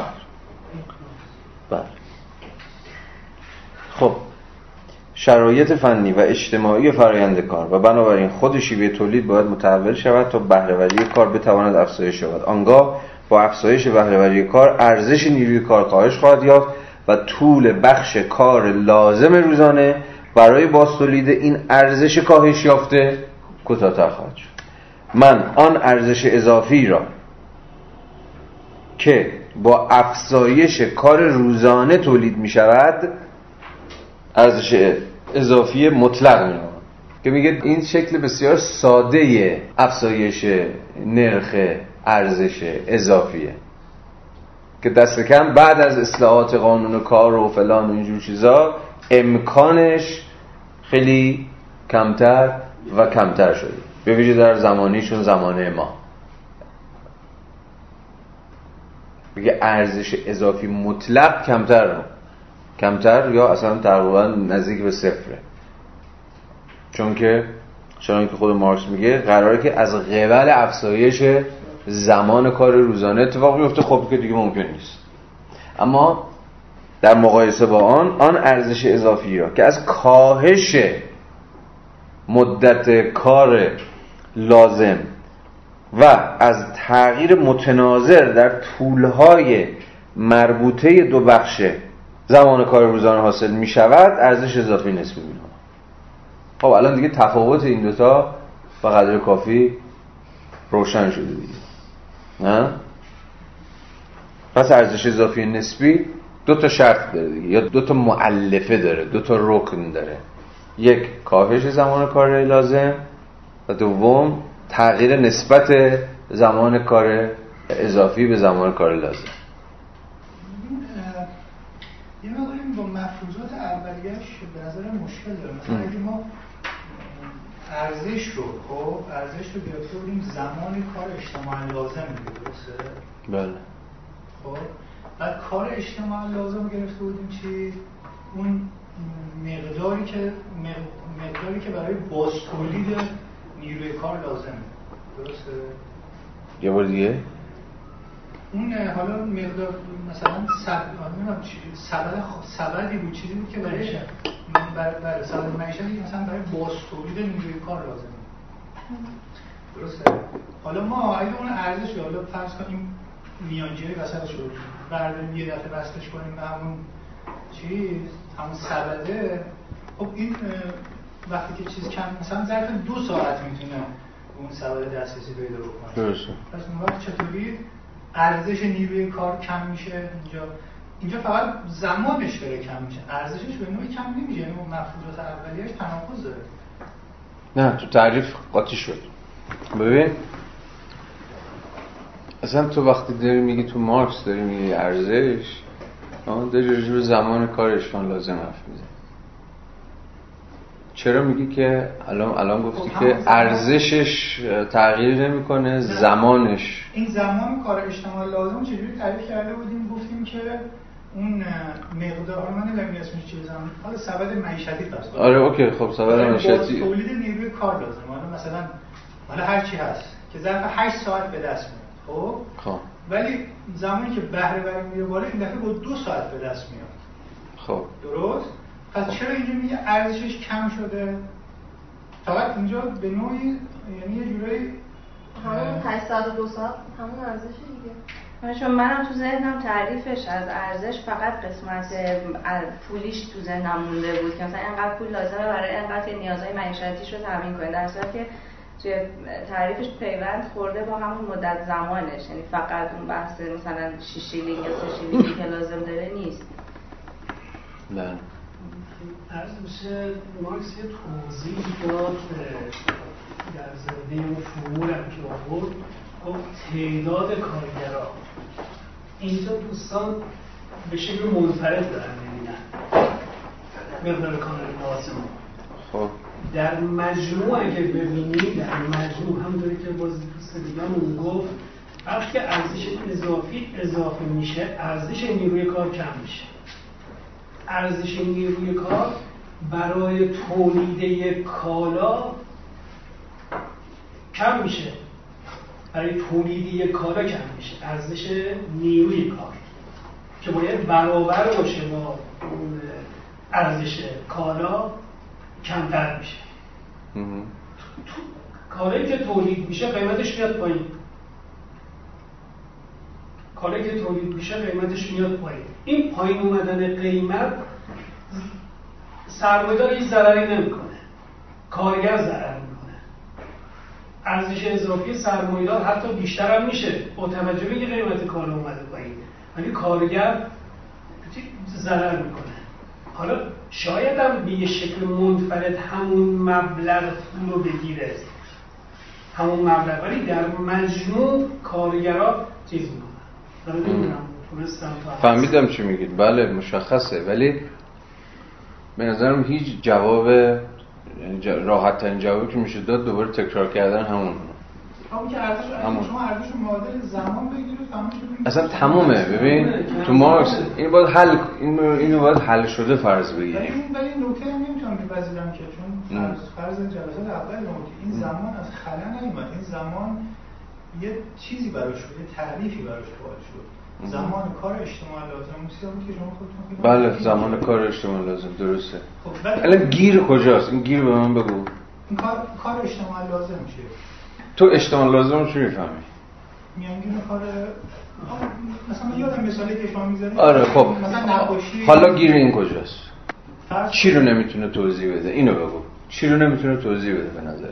بله. خب شرایط فنی و اجتماعی فرآیند کار و بنابراین خود شیوه تولید باید متحول شود تا بهره‌وری کار بتواند افزایش یابد. آنگاه با افزایش بهره‌وری کار ارزش نیروی کار کاهش خواهد یافت و طول بخش کار لازم روزانه برای بازتولید این ارزش کاهش یافته کوتاه‌تر خواهد شد. من آن ارزش اضافی را که با افزایش کار روزانه تولید می شود ارزش اضافی مطلق می نامم، که میگه این شکل بسیار ساده افزایش نرخ ارزش اضافیه که دست کم بعد از اصلاحات قانون کار و فلان و اینجور چیزا امکانش خیلی کمتر و کمتر شده، به ویژه در زمانیشون زمانه ما. بگه ارزش اضافی مطلق کمتر یا اصلا تقریبا نزدیک به صفره، چون که چنانکه که خود مارکس میگه قراره که از قبل افزایش زمان کار روزانه اتفاق بیفته. خب که دیگه ممکن نیست. اما در مقایسه با آن ارزش اضافی را که از کاهش مدت کار لازم و از تغییر متناظر در طولهای مربوطه دو بخش زمان کار روزانه حاصل می شود ارزش اضافی نسبی می نامد. خب الان دیگه تفاوت این دوتا به قدر کافی روشن شده دیگه، نه؟ پس ارزش اضافی نسبی دو تا شرط داره دیگه، یا دو تا مؤلفه داره، دو تا رکن داره. یک کاهش زمان کار لازم و دوم تغییر نسبت زمان کار اضافی به زمان کار لازم. یه مقداری با مفروضات اولیه‌اش به نظر مشکل داره. مثلا اگه ما ارزش رو گرفته بودیم زمان کار اجتماعی لازم دیگه، درسته؟ بله. خب بعد کار اجتماعی لازم گرفته بودیم چی؟ اون مقداری که برای بازتولید نیروی کار لازمه، درسته؟ یه بار دیگه اون حالا مقدار مثلا سبدی بود، چیزی بود که برای سبد معیشتی مثلا برای بازتولید نیروی کار لازمه، درسته؟ حالا ما اگه اون ارزش رو حالا فرض کنیم میانجی وسطش رو برداریم یه دفعه وصلش کنیم به همون همون سبده، خب این وقتی که چیز کم مثلا ظرف 2 ساعت میتونه اون سبد دسترسی پیدا بکنه. درسته. پس اون وقت چطوری ارزش نیروی کار کم میشه؟ اینجا فقط زمانش داره کم میشه، ارزشش به نوعی کم نمیشه. یعنی اون مفروضات اولیه‌اش تناقض داره. نه تو تعریف قاطی شد. ببین اصلا تو وقتی داری میگی تو مارکس داری میگی ارزش، داری راجع به زمان کارشون لازم حرف میزنی. چرا میگی که الان گفتی که ارزشش تغییر نمیکنه، زمانش؟ این زمان کار اجتماعی لازم چجوری تعریف کرده بودیم؟ گفتیم که اون مقدار، من نمیدونم اسمش چیه، حالا سبد معیشتی پس. آره اوکی، خب سبد معیشتی تولید نیروی کار لازم. حالا مثلا هر چی هست که ظرف 8 ساعت به دست میاد. خب ولی زمانی که بهره وری میره بالا این دفعه با 2 ساعت به دست میاد. خب درست؟ پس چرا اینجا میگه ارزشش کم شده؟ فقط اینجا به نوعی یعنی یه جورایی همون 8 ساعت و 2 ساعت همون ارزشه دیگه. چون منم تو ذهنم تعریفش از ارزش فقط قسمت پولیش تو ذهنم مونده بود که مثلا اینقدر پول لازمه برای اینقدر نیازهای معیشتیش رو تامین کنه، در صورتی که توی تعریفش پیوند خورده با همون مدت زمانش، یعنی فقط اون بحث مثلا 6 شیلینگ یا 3 شیلینگی که لازم داره نیست. نه عرض میشه مارکس یه توضیح داد در زمینه اون فرمول هم که آورد، گفت تعداد کارگرها اینجا دوستان به شکل منفرد دارن میبینن مقدار کار لازم. خب در مجموع اگه ببینید در مجموع هم داره که باز دوست دیگه‌مون گفت وقتی که ارزش اضافه میشه ارزش نیروی کار کم میشه. ارزش نیروی کار برای تولید یک کالا کم میشه، برای تولید یک کالا کم میشه. ارزش نیروی کار که باید برابر باشه با اون ارزش کالا کمتر میشه. کالایی که تولید میشه قیمتش میاد پایین. کالایی که تولید میشه قیمتش میاد پایین. این پایین اومدن قیمت سرمایه‌دار هیچ ضرری نمیکنه، کارگر ضرر میکنه. ارزش اضافی سرمایه‌دار حتی بیشتر هم میشه با توجه به اینکه قیمت کالا اومده پایین، ولی کارگر ضرر میکنه. حالا شاید هم به یه شکل منفرد همون مبلغ پول رو بگیره، همون مبلغ، ولی در مجموع کارگرها چیز میکنن. فهمیدم چی میگید، بله مشخصه، ولی به نظرم هیچ جواب راحت ترین جوابی که میشه داد دوباره تکرار کردن همون که ارزش شما ارزش معادل زمان بگیرید اصلا تمومه. ببین تو مارکس این باید حل اینو باید حل شده فرض بگیریم. ولی این نکته هم نمیتونم بپذیرم که چون فرض جلسات اول که این زمان از خلا نیومد، این زمان یه چیزی براش شد، یه تعریفی براش قائل شد. زمان کار اجتماعی لازم نیست بود که شما خودتون بله زمان کار اجتماعی لازم درسته. خب الان گیر کجاست؟ این گیر به من بگو. این کار اجتماعی لازم میشه. تو اجتماعی لازم چی میفهمی؟ میانگین کار مثلا یادم مثالی که شما میذارید. آره خب مثلا نقاشی. حالا گیر این کجاست؟ چی رو نمیتونه توضیح بده؟ اینو بگو. چی رو نمیتونه توضیح بده به نظر؟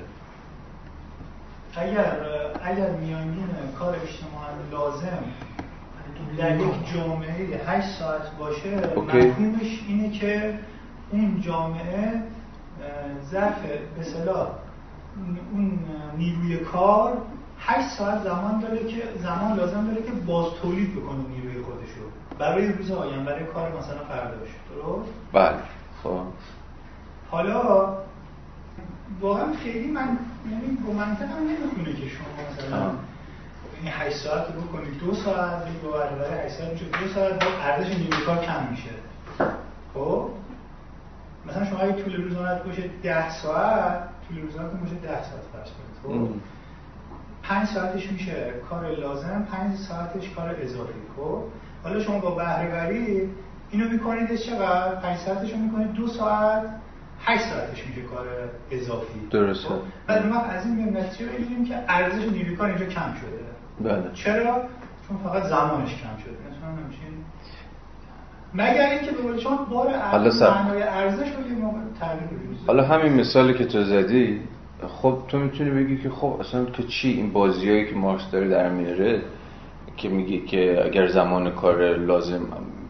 اگر میانگین کار اجتماعی لازم در یک جامعه 8 ساعت باشه، مفهومش اینه که اون جامعه ظرف به اصطلاح اون نیروی کار 8 ساعت زمان لازم داره که باز تولید بکنه نیروی خودشو برای روز آینده، برای کار مثلا فرداش. درست؟ بله. خب حالا واقعا خیلی من یعنی با منطقم نمیخونه که شما مثلا این 8 ساعت رو بکنید 2 ساعت با برابر 8 ساعت میشه 2 ساعت با ارزش نیروی کار کم میشه. خب مثلا شما اگه طول روزانه‌ات باشه 10 ساعت، طول روزانه‌ات باشه 10 ساعت فرض کنید. خب 5 ساعتش میشه کار لازم، 5 ساعتش کار اضافی. خب حالا شما با بهره وری اینو میکنید چقدر؟ 5 ساعتش رو میکنید 2 ساعت، 8 ساعتش میشه کار اضافی. درسته. بعد ما از این به نتیجه بگیریم که ارزش نیروی کار اینجا کم شده. بله. چرا؟ چون فقط زمانش کم شده. مثلا نمیشین مگر اینکه به قول شما بار معنای ارزش رو یه موقع تعریف کنید. حالا همین مثالی که تو زدی، خب تو میتونی بگی که خب اصلا که چی این بازیایی که مارکس داره در میاره که میگه که اگر زمان کار لازم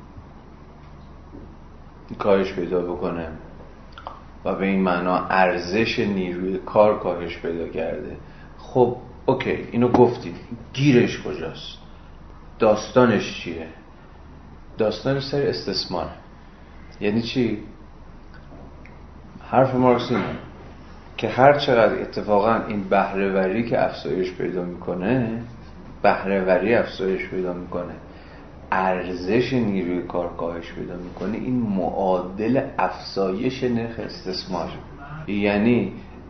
کاهش پیدا بکنه و به این معنا ارزش نیروی کار کاهش پیدا کرده، خب اوکی اینو گفتیم، گیرش کجاست؟ داستانش چیه؟ داستانش سر استثمار. یعنی چی؟ حرف مارکس اینه که هر چقدر اتفاقا این بهره‌وری که افزایش پیدا میکنه، بهره‌وری افزایش پیدا میکنه، ارزش نیروی کار کاهش پیدا میکنه، این معادل افزایش نرخ استثمار. یعنی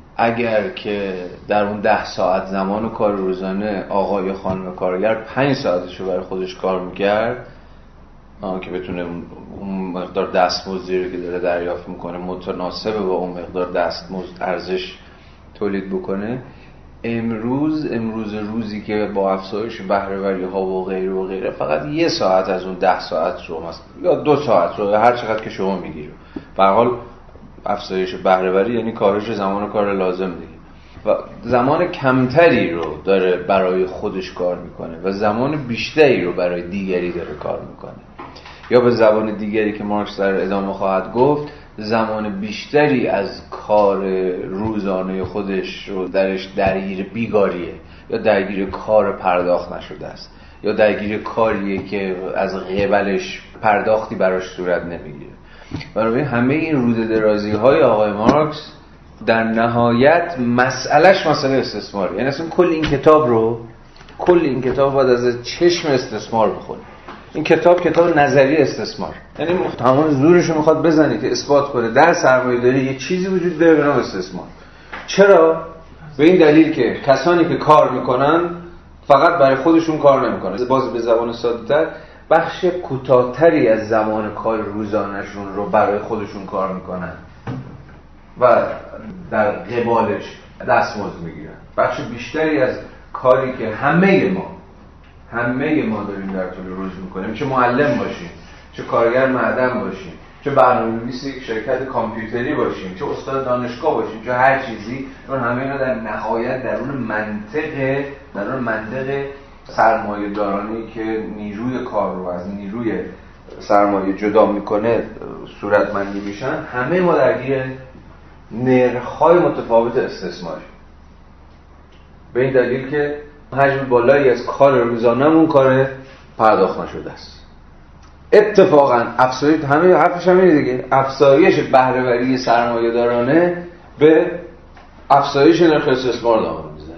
اگر که در اون 10 ساعت زمان و کار روزانه آقا یا خانم کارگر 5 ساعتشو برای خودش کار میکرد که بتونه اون مقدار دستمزدی رو که داره دریافت میکنه متناسب با اون مقدار دستمزد ارزش تولید بکنه، امروز روزی که با افزایش بهره‌وری ها و غیره و غیره فقط 1 ساعت از اون 10 ساعت رو یا 2 ساعت رو هر چقدر که شما میگیرید، به هر حال افزایش بهره‌وری یعنی کاهش زمان کار لازم دیگه، و زمان کمتری رو داره برای خودش کار میکنه و زمان بیشتری رو برای دیگری داره کار میکنه، یا به زبان دیگری که مارکس در ادامه خواهد گفت زمان بیشتری از کار روزانه خودش رو درش درگیر بیگاریه یا درگیر کار پرداخت نشده است یا درگیر کاریه که از قبلش پرداختی براش صورت نمیگیره. برای همه این روده درازی های آقای مارکس در نهایت مسئلهش مسئله استثماره. یعنی اصلا کل این کتاب باید از چشم استثمار بخونه. این کتاب نظری استثمار، یعنی تمام زورشو میخواد بزنه که اثبات کنه در سرمایه‌داری یه چیزی وجود داره به نام استثمار. چرا؟ به این دلیل که کسانی که کار میکنن فقط برای خودشون کار نمیکنن، باز به زبان ساده‌تر بخش کوتاه‌تری از زمان کار روزانه‌شون رو برای خودشون کار میکنن و در قبالش دستمزد میگیرن. بخش بیشتری از کاری که همه ما داریم در طول روز میکنیم، چه معلم باشیم، چه کارگر معدن باشیم، چه برنامه‌نویس یک شرکت کامپیوتری باشیم، چه استاد دانشگاه باشیم، چه هر چیزی، اون همه اینا در نهایت در اون منطق سرمایه دارانی که نیروی کار رو از نیروی سرمایه جدا میکنه صورتمندی میشن. همه ما درگیر نرخ‌های متفاوت استثماری، به این دلیل که حجم بالایی از کار روزانه‌مون کار پرداخت نشده است. اتفاقا افزایش، همه حرفش همینه دیگه، افزایش بهره‌وری سرمایه‌دارانه به افزایش نرخ استثمار دامن میزنه.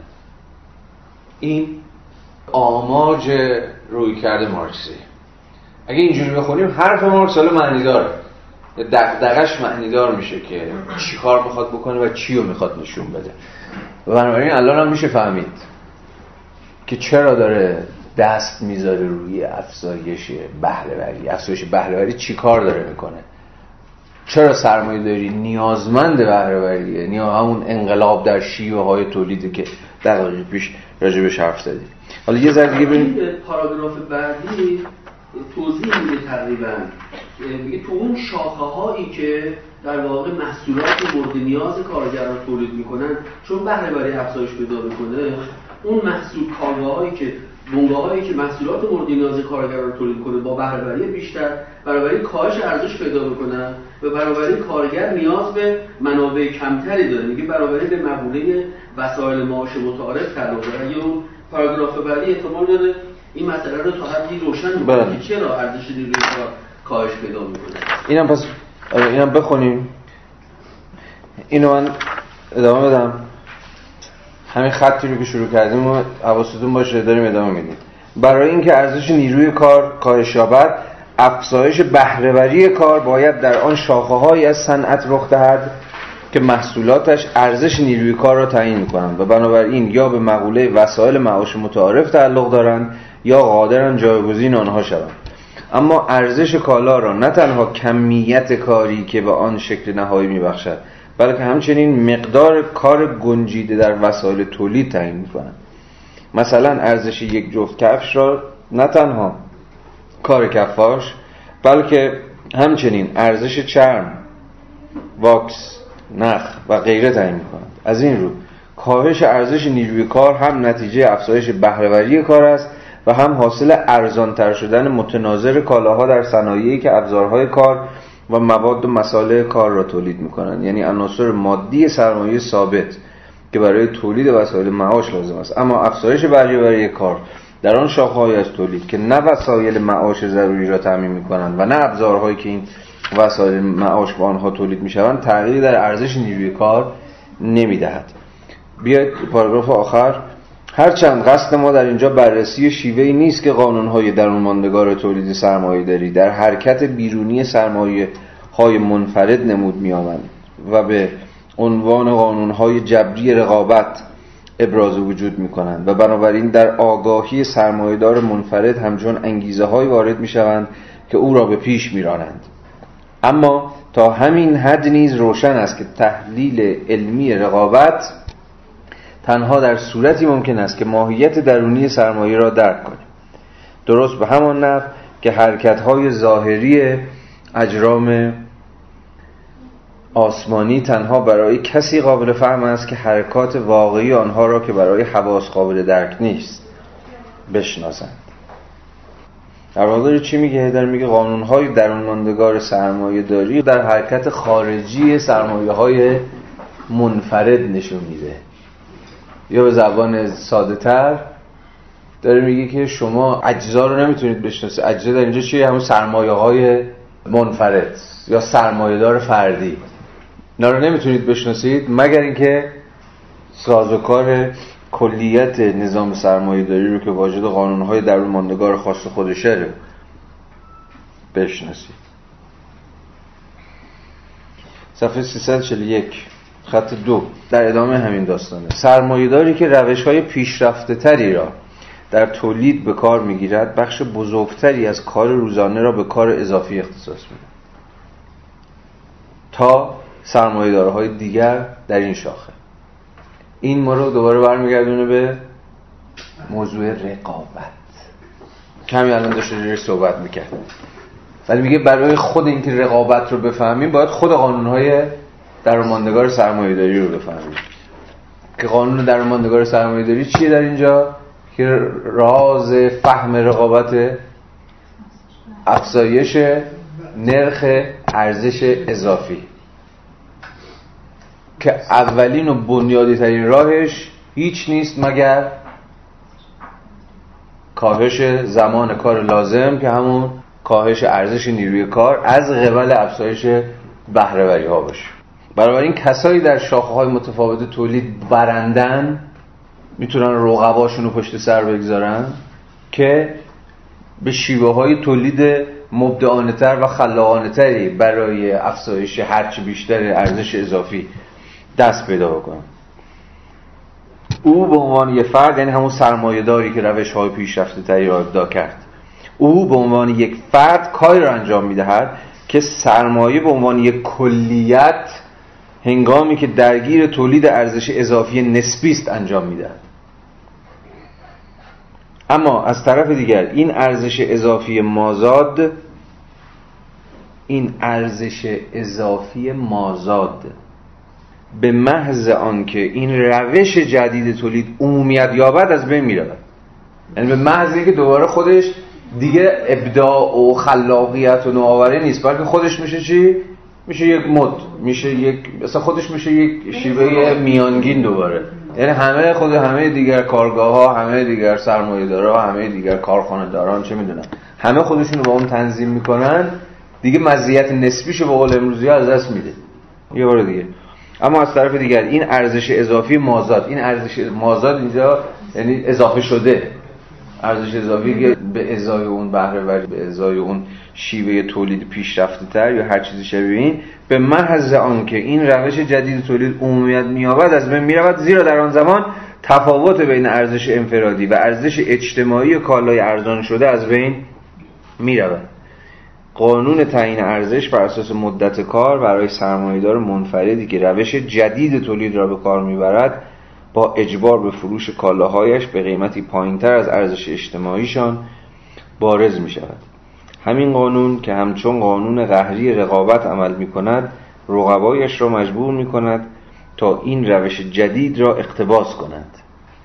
این آماج رویکرد مارکسی. اگه اینجوری بخونیم حرف مارکس حالا معنی داره، دغدغش معنی دار میشه که چی کار میخواد بکنه و چی رو میخواد نشون بده. و بنابراین الان هم میشه فهمید که چرا داره دست میذاره روی افزایش بهره‌وری. افزایش بهره‌وری چی کار داره میکنه؟ چرا سرمایه‌داری نیازمند بهره‌وریه؟ همون انقلاب در شیوه‌های تولیدی که دقیقه پیش راجبش حرف زدیم. حالا یه ذره دیگه بریم پاراگراف بعدی توضیح میده تقریبا، میگه تو اون شاخه‌هایی که در واقع محصولات مورد نیاز کارگران تولید میکنن، چون بهره‌وری افزایش پیدا میکنه، اون محصول بنگاه‌هایی که محصولات مورد نیاز کارگران تولید میکنه با بهره‌وری بیشتر، بنابراین کاهش ارزش پیدا میکنن و بنابراین کارگر نیاز به منابع کمتری داره. میگه بنابراین به مقوله وسایل معاش متعارف تعلق داره. اگه اون پاراگراف بعدی احتمال داره این مسئله رو تا حدی روشن می‌کنه که چرا ارزش نیروی کار کاهش پیدا میکنه. اینم بخونیم، اینو من ادامه بدم. همین خطی رو که شروع کردیم و حواستون باشه داریم ادامه میدیم. برای اینکه ارزش نیروی کار کاهش یابد، افزایش بهره‌وری کار باید در آن شاخه‌هایی از صنعت رخ دهد که محصولاتش ارزش نیروی کار را تعیین می‌کنند و بنابراین یا به مقوله وسایل معاش متعارف تعلق دارند یا قادرند جایگزین آنها شوند. اما ارزش کالا را نه تنها کمیت کاری که به آن شکل نهایی می‌بخشد، بلکه همچنین مقدار کار گنجیده در وسایل تولید تعیین می‌کنند. مثلا ارزش یک جفت کفش را نه تنها کار کفاش، بلکه همچنین ارزش چرم، واکس، نخ و غیره تعیین می‌کنند. از این رو کاهش ارزش نیروی کار هم نتیجه افزایش بهره‌وری کار است و هم حاصل ارزان‌تر شدن متناظر کالاها در صنایعی که ابزارهای کار و مواد و مصالح کار را تولید می‌کنند، یعنی عناصر مادی سرمایه ثابت که برای تولید وسایل معاش لازم است. اما افزایش بهره‌وری کار در آن شاخه‌های از تولید که نه وسایل معاش ضروری را تامین می‌کنند و نه ابزارهایی که این وسایل معاش با آنها تولید می‌شوند تغییری در ارزش نیروی کار نمی‌دهد. بیاید پاراگراف آخر. هرچند قصد ما در اینجا بررسی شیوهی نیست که قانون‌های درون ماندگار تولید سرمایه‌داری در حرکت بیرونی سرمایه‌های منفرد نمود می‌آورند و به عنوان قانون‌های جبری رقابت ابراز وجود می‌کنند و بنابراین در آگاهی سرمایه‌دار منفرد همچون انگیزه‌های وارد می‌شوند که او را به پیش می‌رانند. اما تا همین حد نیز روشن است که تحلیل علمی رقابت تنها در صورتی ممکن است که ماهیت درونی سرمایه را درک کنیم، درست به همان نحو که حرکت‌های ظاهری اجرام آسمانی تنها برای کسی قابل فهم است که حرکات واقعی آنها را که برای حواس قابل درک نیست بشناسند. در واقع چی میگه؟ در میگه قانون‌های درونماندگار سرمایه‌داری در حرکت خارجی سرمایه‌های منفرد نشون میده. یا به زبان ساده‌تر داره میگه که شما اجزا رو نمیتونید بشناسید. اجزا در اینجا چیه؟ همون سرمایه‌های منفرد یا سرمایه‌دار فردی. اینا رو نمیتونید بشناسید مگر اینکه سازوکار کلیت نظام سرمایه‌داری رو که واجد قانون‌های درونماندگار خاص خودشه رو بشناسید. صفحه 341 خط 2 در ادامه همین داستانه. سرمایه‌داری که روش‌های پیشرفته‌تری را در تولید به کار می‌گیرد بخش بزرگتری از کار روزانه را به کار اضافی اختصاص می‌دهد تا سرمایه‌دارهای دیگر در این شاخه. این ما رو دوباره برمیگردونه به موضوع رقابت. کمی الان داشته روش صحبت می‌کرد. ولی میگه برای خود اینکه رقابت رو بفهمیم باید خود قانون‌های درونماندگار سرمایه‌داری رو بفهمیم. که قانون درونماندگار سرمایه‌داری چیه در اینجا؟ که راز فهم رقابت افزایش نرخ ارزش اضافی که اولین و بنیادی ترین راهش هیچ نیست مگر کاهش زمان کار لازم که همون کاهش ارزش نیروی کار از قبل افزایش بهره‌وری ها باشه. بنابراین کسایی در شاخه‌های متفاوت تولید برندن میتونن رقباشون رو پشت سر بگذارن که به شیوه‌های تولید مبدعانه‌تر و خلاقانه‌تری برای افزایش هرچی بیشتر ارزش اضافی دست پیدا بکنن. او به عنوان یک فرد، یعنی همون سرمایه‌داری که روش‌های پیشرفته‌تری را ابداع کرد، او به عنوان یک فرد کاری را انجام می‌دهد که سرمایه به عنوان یک کلیت هنگامی که درگیر تولید ارزش اضافی نسبی است انجام می‌دهد. اما از طرف دیگر این ارزش اضافی مازاد به محض آنکه این روش جدید تولید عمومیت یابد از بین می‌رود. یعنی به محض اینکه دوباره خودش دیگه ابداع و خلاقیت و نوآوری نیست، بلکه خودش میشه چی؟ میشه یک مد، میشه یک مثلا خودش میشه یک شیوه میانگین دوباره. یعنی همه دیگر کارگاه‌ها، همه دیگر سرمایه‌دارا، همه دیگر کارخانه‌داران چه میدونن، همه خودشون رو با اون تنظیم میکنن، دیگه مزیت نسبیشو به قول امروزی‌ها از دست میده. یه بار دیگه. اما از طرف دیگر این ارزش اضافی مازاد، این ارزش مازاد اینجا یعنی اضافه شده، ارزش اضافی که به ازای اون بهره‌وری، به ازای اون شیوه تولید پیشرفته‌تر یا هر چیزی شبیه این، به محض آنکه این روش جدید تولید عمومیت می‌یابد از بین می‌رود، زیرا در آن زمان تفاوت بین ارزش انفرادی و ارزش اجتماعی کالای ارزان شده از بین می‌رود. قانون تعیین ارزش بر اساس مدت کار برای سرمایه‌دار منفردی که روش جدید تولید را به کار می‌برد با اجبار به فروش کالاهایش به قیمتی پایین‌تر از ارزش اجتماعیشان بارز می‌شود. همین قانون که همچون قانون قهری رقابت عمل می‌کند، رقبایش را مجبور می‌کند تا این روش جدید را اقتباس کنند.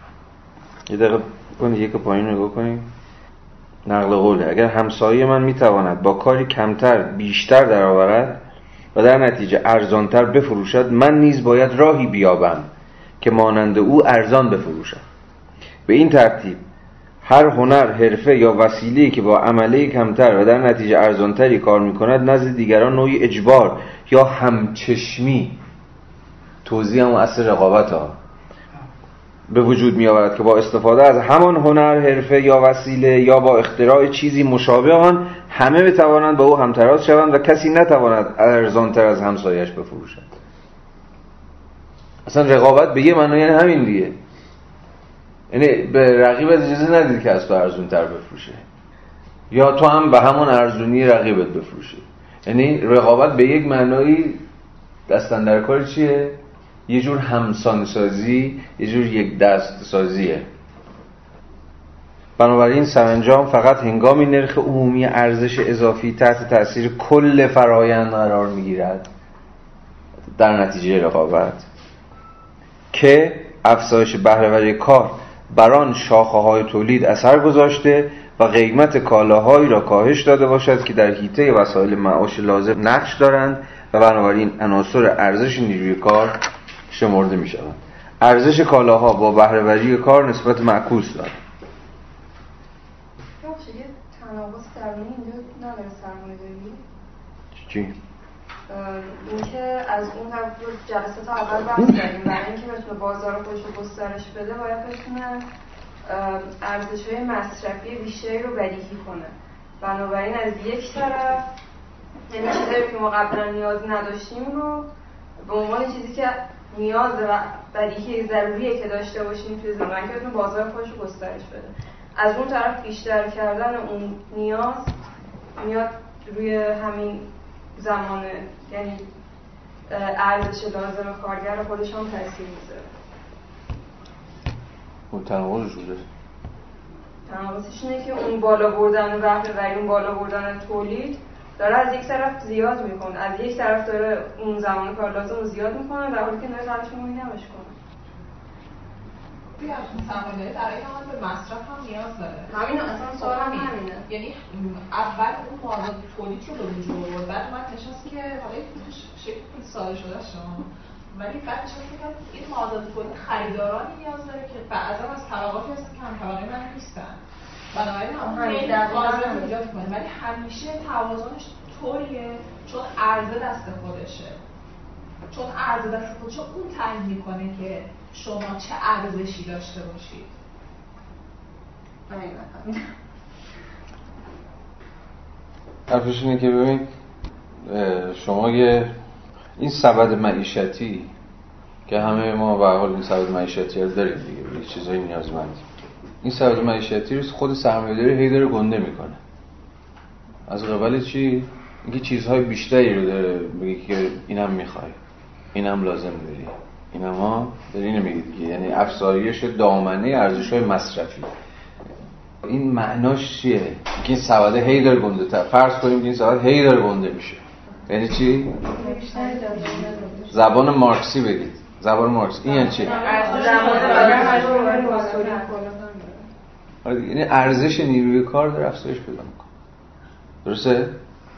یه دقیقه کنید، یک پایین نگاه کنید. نقل قوله: اگر همسایه من می‌تواند با کاری کمتر بیشتر درآورد و در نتیجه ارزان‌تر بفروشد، من نیز باید راهی بیابم که مانند او ارزان بفروشد. به این ترتیب هر هنر، حرفه یا وسیله‌ای که با عمله کمتر و در نتیجه ارزانتری کار می‌کند نزد دیگران نوعی اجبار یا همچشمی، توزیع هم اصل رقابت ها، به وجود می‌آورد که با استفاده از همان هنر، حرفه یا وسیله یا با اختراع چیزی مشابه آن همه بتوانند با او همتراز شوند و کسی نتواند ارزانتر از همسایش بفروشد. اصلا رقابت به یه معنی یعنی همین دیگه، یعنی به رقیبت اجازه ندید که از تو ارزون تر بفروشه یا تو هم به همون ارزونی رقیبت بفروشی. یعنی رقابت به یک معنایی دستن در کار چیه؟ یه جور همسان سازی، یه جور یک دست سازیه. بنابراین سرانجام فقط هنگامی نرخ عمومی ارزش اضافی تحت تأثیر کل فرآیند قرار میگیرد در نتیجه رقابت که افزایش بهره‌وری کار بر آن شاخه‌های تولید اثر گذاشته و قیمت کالاهایی را کاهش داده باشد که در حیطه وسایل معاش لازم نقش دارند و بنابراین عناصر ارزش نیروی کار شمرده می‌شوند. ارزش کالاها با بهره‌وری کار نسبت معکوس دارد. یه تناقض درونی اینجا نداره سرمایه‌داری؟ چی؟ اینکه از اون طرف جلسات اول بحث کردیم برای اینکه بتونه بازار خودش رو گسترش بده باید بتونه ارزش‌های مصرفی بیشتری رو بدیهی کنه. بنابراین از یک طرف یعنی چیزایی که ما قبلا نیاز نداشتیم رو به عنوان چیزی که نیاز و بدیهی ضروریه که داشته باشیم توی زمان که بتونه بازار خودش رو گسترش بده. از اون طرف بیشتر کردن اون نیاز میاد روی همین زمان، یعنی ارزش لازم کارگر خودش هم تاثیر میذاره. اون تناقضش بوده. تناقضش اینه که اون بالا بردن بهره‌وری، اون بالا بردن تولید داره از یک طرف زیاد میکنه، از یک طرف داره اون زمان کار لازم رو زیاد میکنه در حالی که داره تلاش میکنه نمش کنه. سرمایه‌داری برای که به مصرف هم نیاز داره. همین اصلا سوال هم همینه. یعنی اول اون مازاد تولید رو به وجود آورد، بعد من نشست که حالا شکل ساده شده شما، ولی بعد نشست که این مازاد تولید خریدارانی نیاز داره که بعضا از طبقاتی هستن که هم طبقه من نیستن، بنابراین اون خیلی مازاد ایجاد کنه، ولی همیشه توازنش طوریه چون عرضه دست خودشه، چون عرضه دست خودشه اون تعیین میکنه که شما چه ارزشی داشته باشید. حرفش اینه که ببین شما این سبد معیشتی که همه ما به هر حال این سبد معیشتی رو داریم دیگه، یه چیزایی نیازمندیم. این سبد معیشتی رو خود سرمایه‌داری هی داره گنده میکنه. از قبل چی؟ اینکه چیزهای بیشتری رو داره بگه که اینم میخوای، اینم لازم داری، اینما داری اینو میگی دیگه، یعنی افزایش دامنه ارزش‌های مصرفی. این معناش چیه؟ که این سبد هی داره گنده تر. فرض کنیم که این سبد هی داره گنده میشه. یعنی چی؟ زبان مارکسی بگید. زبان مارکس این یعنی چی؟ یعنی ارزش نیروی کار داره افزایش پیدا میکنه. درسته؟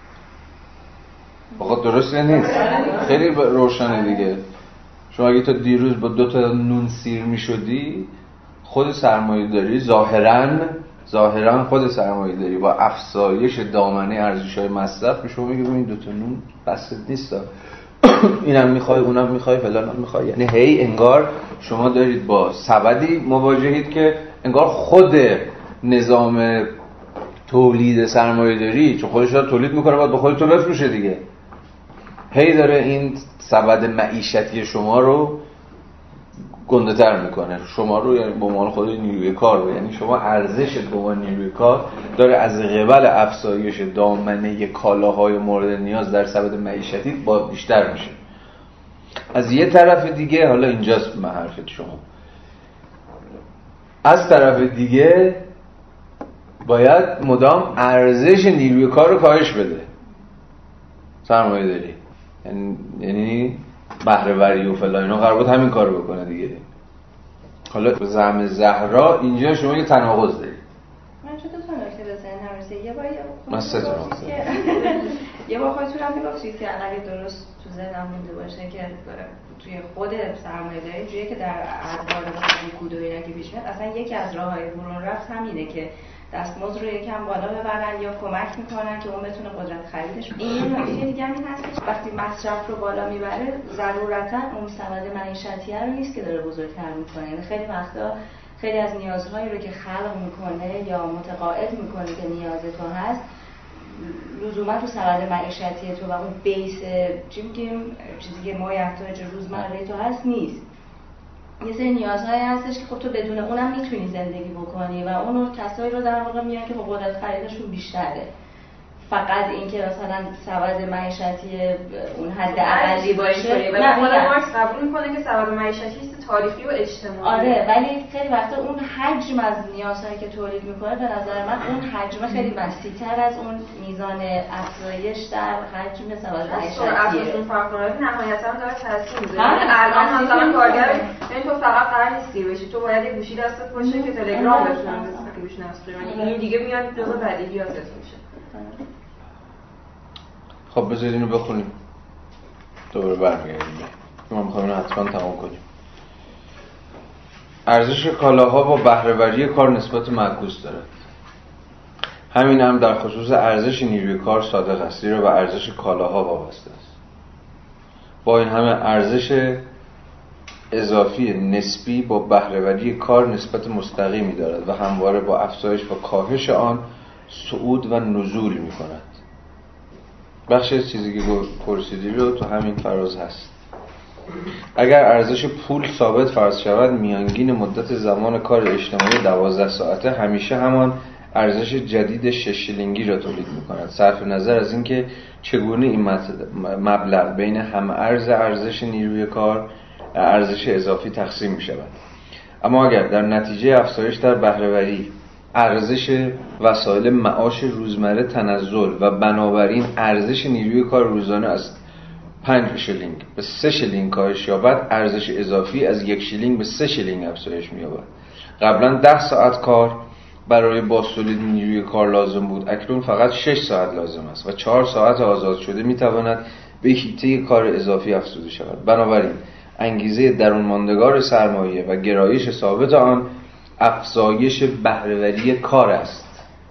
آقا درسته نیست؟ خیلی روشنه دیگه. شما اگه تا دیروز با 2 تا نون سیر میشدی، خود سرمایه‌داری ظاهراً خود سرمایه‌داری با افزایش دامنه ارزش‌های مصرف به شما میگه این 2 تا نون بسط نیست، اینم میخوای اونم میخوای فلان هم میخوای. یعنی هی انگار شما دارید با سبدی مواجهید که انگار خود نظام تولید سرمایه‌داری چون خودش داره تولید میکنه باید به خودتون بفروشه دیگه، هی داره این سبد معیشتی شما رو گنده تر میکنه، شما رو یعنی به عنوان خود نیروی کار رو، یعنی شما ارزشت به عنوان نیروی کار داره از قبل افزایش دامنه کالاهای مورد نیاز در سبد معیشتی با بیشتر میشه. از یه طرف دیگه حالا اینجاست حرفت شما، از طرف دیگه باید مدام ارزش نیروی کار رو کاهش بده سرمایه‌داری، یعنی بهره‌وری و فلان اینا قرار بود همین کارو بکنه دیگه. حالا به زعم زهرا اینجا شما یه تناقض دارید. من چه دو تا نکته به ذهنم رسید. یه بار یه بار خودتون هم میگفتید که اگه درست تو ذهنم مونده باشه که توی خود سرمایه‌داری جوری که در ادوار مثلا کودویی که پیش میاد، اصلا یکی از راه‌های برون رفت همینه که دستمزد رو یکم بالا ببرن یا کمک میکنن که اون بتونه قدرت خریدش. این نکته دیگه هم این هست که وقتی مصرف رو بالا میبره ضرورتا اون سبد معیشتی رو نیست که داره بزرگتر میکنه. یعنی خیلی وقتا خیلی از نیازهایی رو که خلق میکنه یا متقاعد میکنه که نیاز تو هست لزوما تو سبد معیشتی تو و اون بیس چی میگیم چیزی که مایحتاج روزمره تو هست نیست. یه سری نیازهایی هستش که خب تو بدون اونم میتونی زندگی بکنی و اون کسایی رو در واقع میان که خب قدرت خریدشون بیشتره. فقط این که مثلا سبد معیشتی اون حد اقلی باشه، ولی خود مارکس قبول میکنه که سبد معیشتی است تاریخی و اجتماعی. آره، ولی خیلی وقتا اون حجم از نیازهایی که تولید میکنه به نظر من اون حجم خیلی وسیع‌تر از اون میزان افزایش در حجم سبد معیشتیه. اصلا فرق داره، نهایتاً داره تاثیر میذاره. الان مثلا کارگر این تو فقط قرار نیست گیر بشی، تو باید یه گوشی دستت باشه که تلگرام بتونی که روش نصب کنی. این دیگه میاد جزء بدیهیات میشه. خب بذارید اینو بخونیم دوباره برمیگردیم. ما میخوایم اینو حتما تمام کنیم. ارزش کالاها با بهره‌وری کار نسبت معکوس دارد. همین هم در خصوص ارزش نیروی کار صادق است، زیرا به ارزش کالاها وابسته است. با این همه ارزش اضافی نسبی با بهره‌وری کار نسبت مستقیمی دارد و همواره با افزایش و کاهش آن صعود و نزول می‌کند. بخش چیزی که پرسیدی رو تو همین فراز هست. اگر ارزش پول ثابت فرض شود، میانگین مدت زمان کار اجتماعی 12 ساعته همیشه همان ارزش جدید 6 شیلینگی را تولید می‌کند، صرف نظر از اینکه چگونه این مبلغ بین هم ارزش نیروی کار ارزش اضافی تقسیم می‌شود. اما اگر در نتیجه افزایش در بهره‌وری ارزش وسایل معاش روزمره تنزل و بنابراین ارزش نیروی کار روزانه از 5 شیلینگ به 3 شیلینگ کاهش یابد، ارزش اضافی از 1 شیلینگ به 3 شیلینگ افزایش می‌یابد. قبلا 10 ساعت کار برای بازتولید نیروی کار لازم بود، اکنون فقط 6 ساعت لازم است و 4 ساعت آزاد شده می‌تواند به حیطه کار اضافی افزوده شود. بنابراین انگیزه درون ماندگار سرمایه و گرایش ثابت آن افزایش بهره‌وری کار است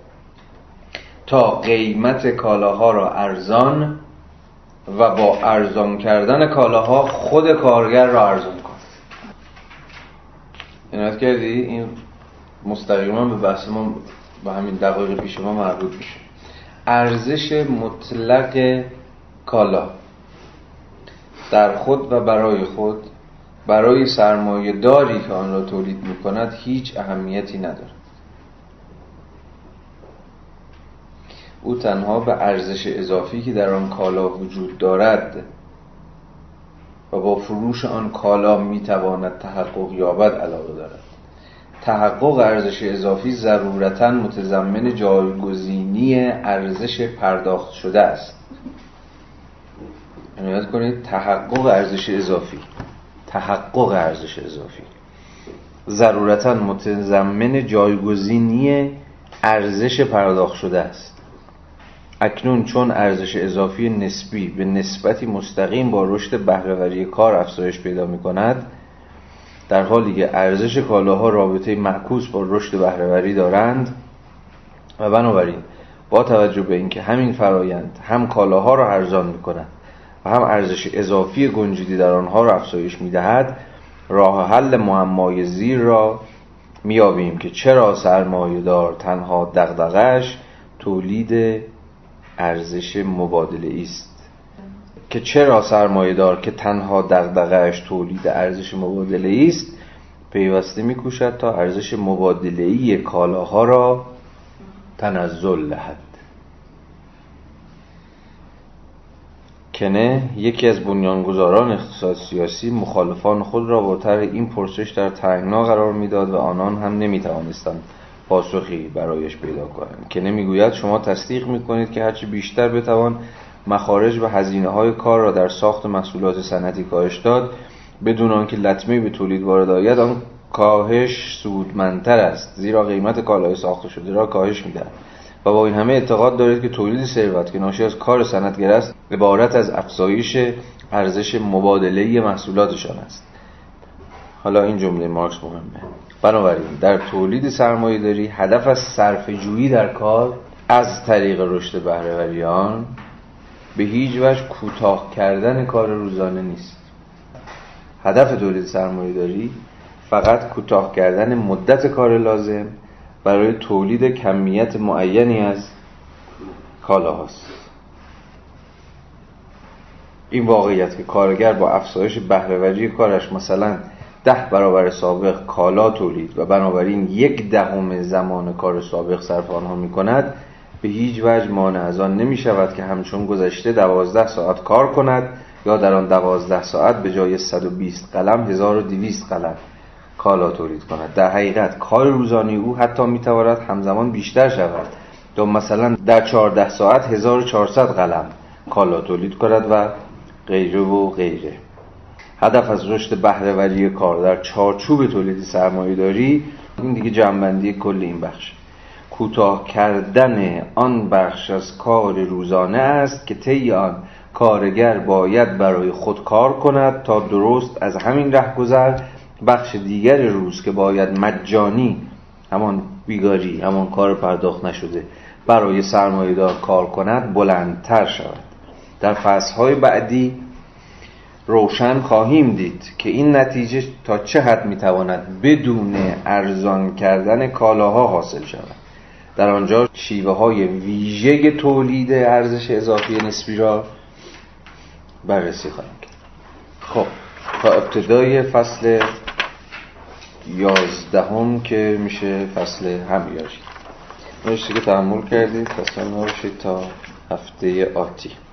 تا قیمت کالاها را ارزان و با ارزان کردن کالاها خود کارگر را ارزان کند. عنایت کردی؟ این مستقیما به بحث ما با همین دقایق پیش ما مربوط میشه. ارزش مطلق کالا در خود و برای خود برای سرمایه داری که آن را تولید می‌کند هیچ اهمیتی ندارد. او تنها به ارزش اضافی که در آن کالا وجود دارد و با فروش آن کالا می‌تواند تحقق یابد علاقه دارد. تحقق ارزش اضافی ضرورتاً متضمن جایگزینی ارزش پرداخت شده است. عنایت کنید، تحقق ارزش اضافی ضرورتاً متضمن جایگزینی ارزش پرداخت شده است. اکنون چون ارزش اضافی نسبی به نسبتی مستقیم با رشد بهره‌وری کار افزایش پیدا می‌کند، در حالی که ارزش کالاها رابطه معکوس با رشد بهره‌وری دارند و بنابراین با توجه به اینکه همین فرایند هم کالاها را ارزان می‌کند و هم ارزش اضافی گنجیده در آنها را افزایش می‌دهد، راه حل معمای زیر را می‌یابیم که چرا سرمایه‌دار تنها دغدغه‌اش تولید ارزش مبادله‌ای است. پیوسته می‌کوشد تا ارزش مبادله‌ای کالاها را تنزل دهد. کنه، یکی از بنیانگذاران اقتصاد سیاسی، مخالفان خود را با طرح این پرسش در تنگنا قرار می‌داد و آنان هم نمی‌توانستند پاسخی برایش پیدا کنند. کنه می‌گوید شما تصدیق می‌کنید که هرچی بیشتر بتوان مخارج و هزینه‌های کار را در ساخت محصولات صنعتی کاهش داد بدون آنکه لطمه‌ای به تولید وارد آید، آن کاهش سودمندتر است، زیرا قیمت کالای ساخته شده را کاهش می‌دهد و با این همه اعتقاد دارید که تولید ثروت که ناشی از کار صنعتگر است عبارت از افزایش ارزش مبادله‌ای محصولاتشان است. حالا این جمله مارکس مهمه. بنابراین در تولید سرمایه‌داری هدف از صرفه‌جویی در کار از طریق رشد بهره‌وری آن به هیچ وجه کوتاه کردن کار روزانه نیست. هدف تولید سرمایه‌داری فقط کوتاه کردن مدت کار لازم برای تولید کمیت معینی از کالاهاست. این واقعیت که کارگر با افزایش بهره‌وری کارش مثلا 10 برابر سابق کالا تولید و بنابراین 1/10 زمان کار سابق صرف آنها می‌کند، به هیچ وجه مانع از آن نمی‌شود که همچون گذشته 12 ساعت کار کند یا در آن 12 ساعت به جای 120 قلم 1200 قلم کالا تولید کند. در حقیقت کار روزانه او حتی می‌تواند همزمان بیشتر شود تا مثلا در 14 ساعت 1400 قلم کالا تولید کند و غیره و غیره. هدف از رشد بهره‌وری کار در چارچوب تولید سرمایه‌داری، این دیگه جمع‌بندی کل این بخش، کوتاه کردن آن بخش از کار روزانه است که طی آن کارگر باید برای خود کار کند تا درست از همین رهگذر بخش دیگر روز که باید مجانی، همان بیگاری، همان کار پرداخت نشده، برای سرمایه‌دار کار کند بلندتر شود. در فصل‌های بعدی روشن خواهیم دید که این نتیجه تا چه حد میتواند بدون ارزان کردن کالاها حاصل شود. در آنجا شیوه‌های ویژه تولید ارزش اضافی نسبی را بررسی خواهیم کرد. خب تا ابتدای فصل 11 که میشه فصل همیاری. مرسی که تحمل کردید. خسته نباشید تا هفته آتی.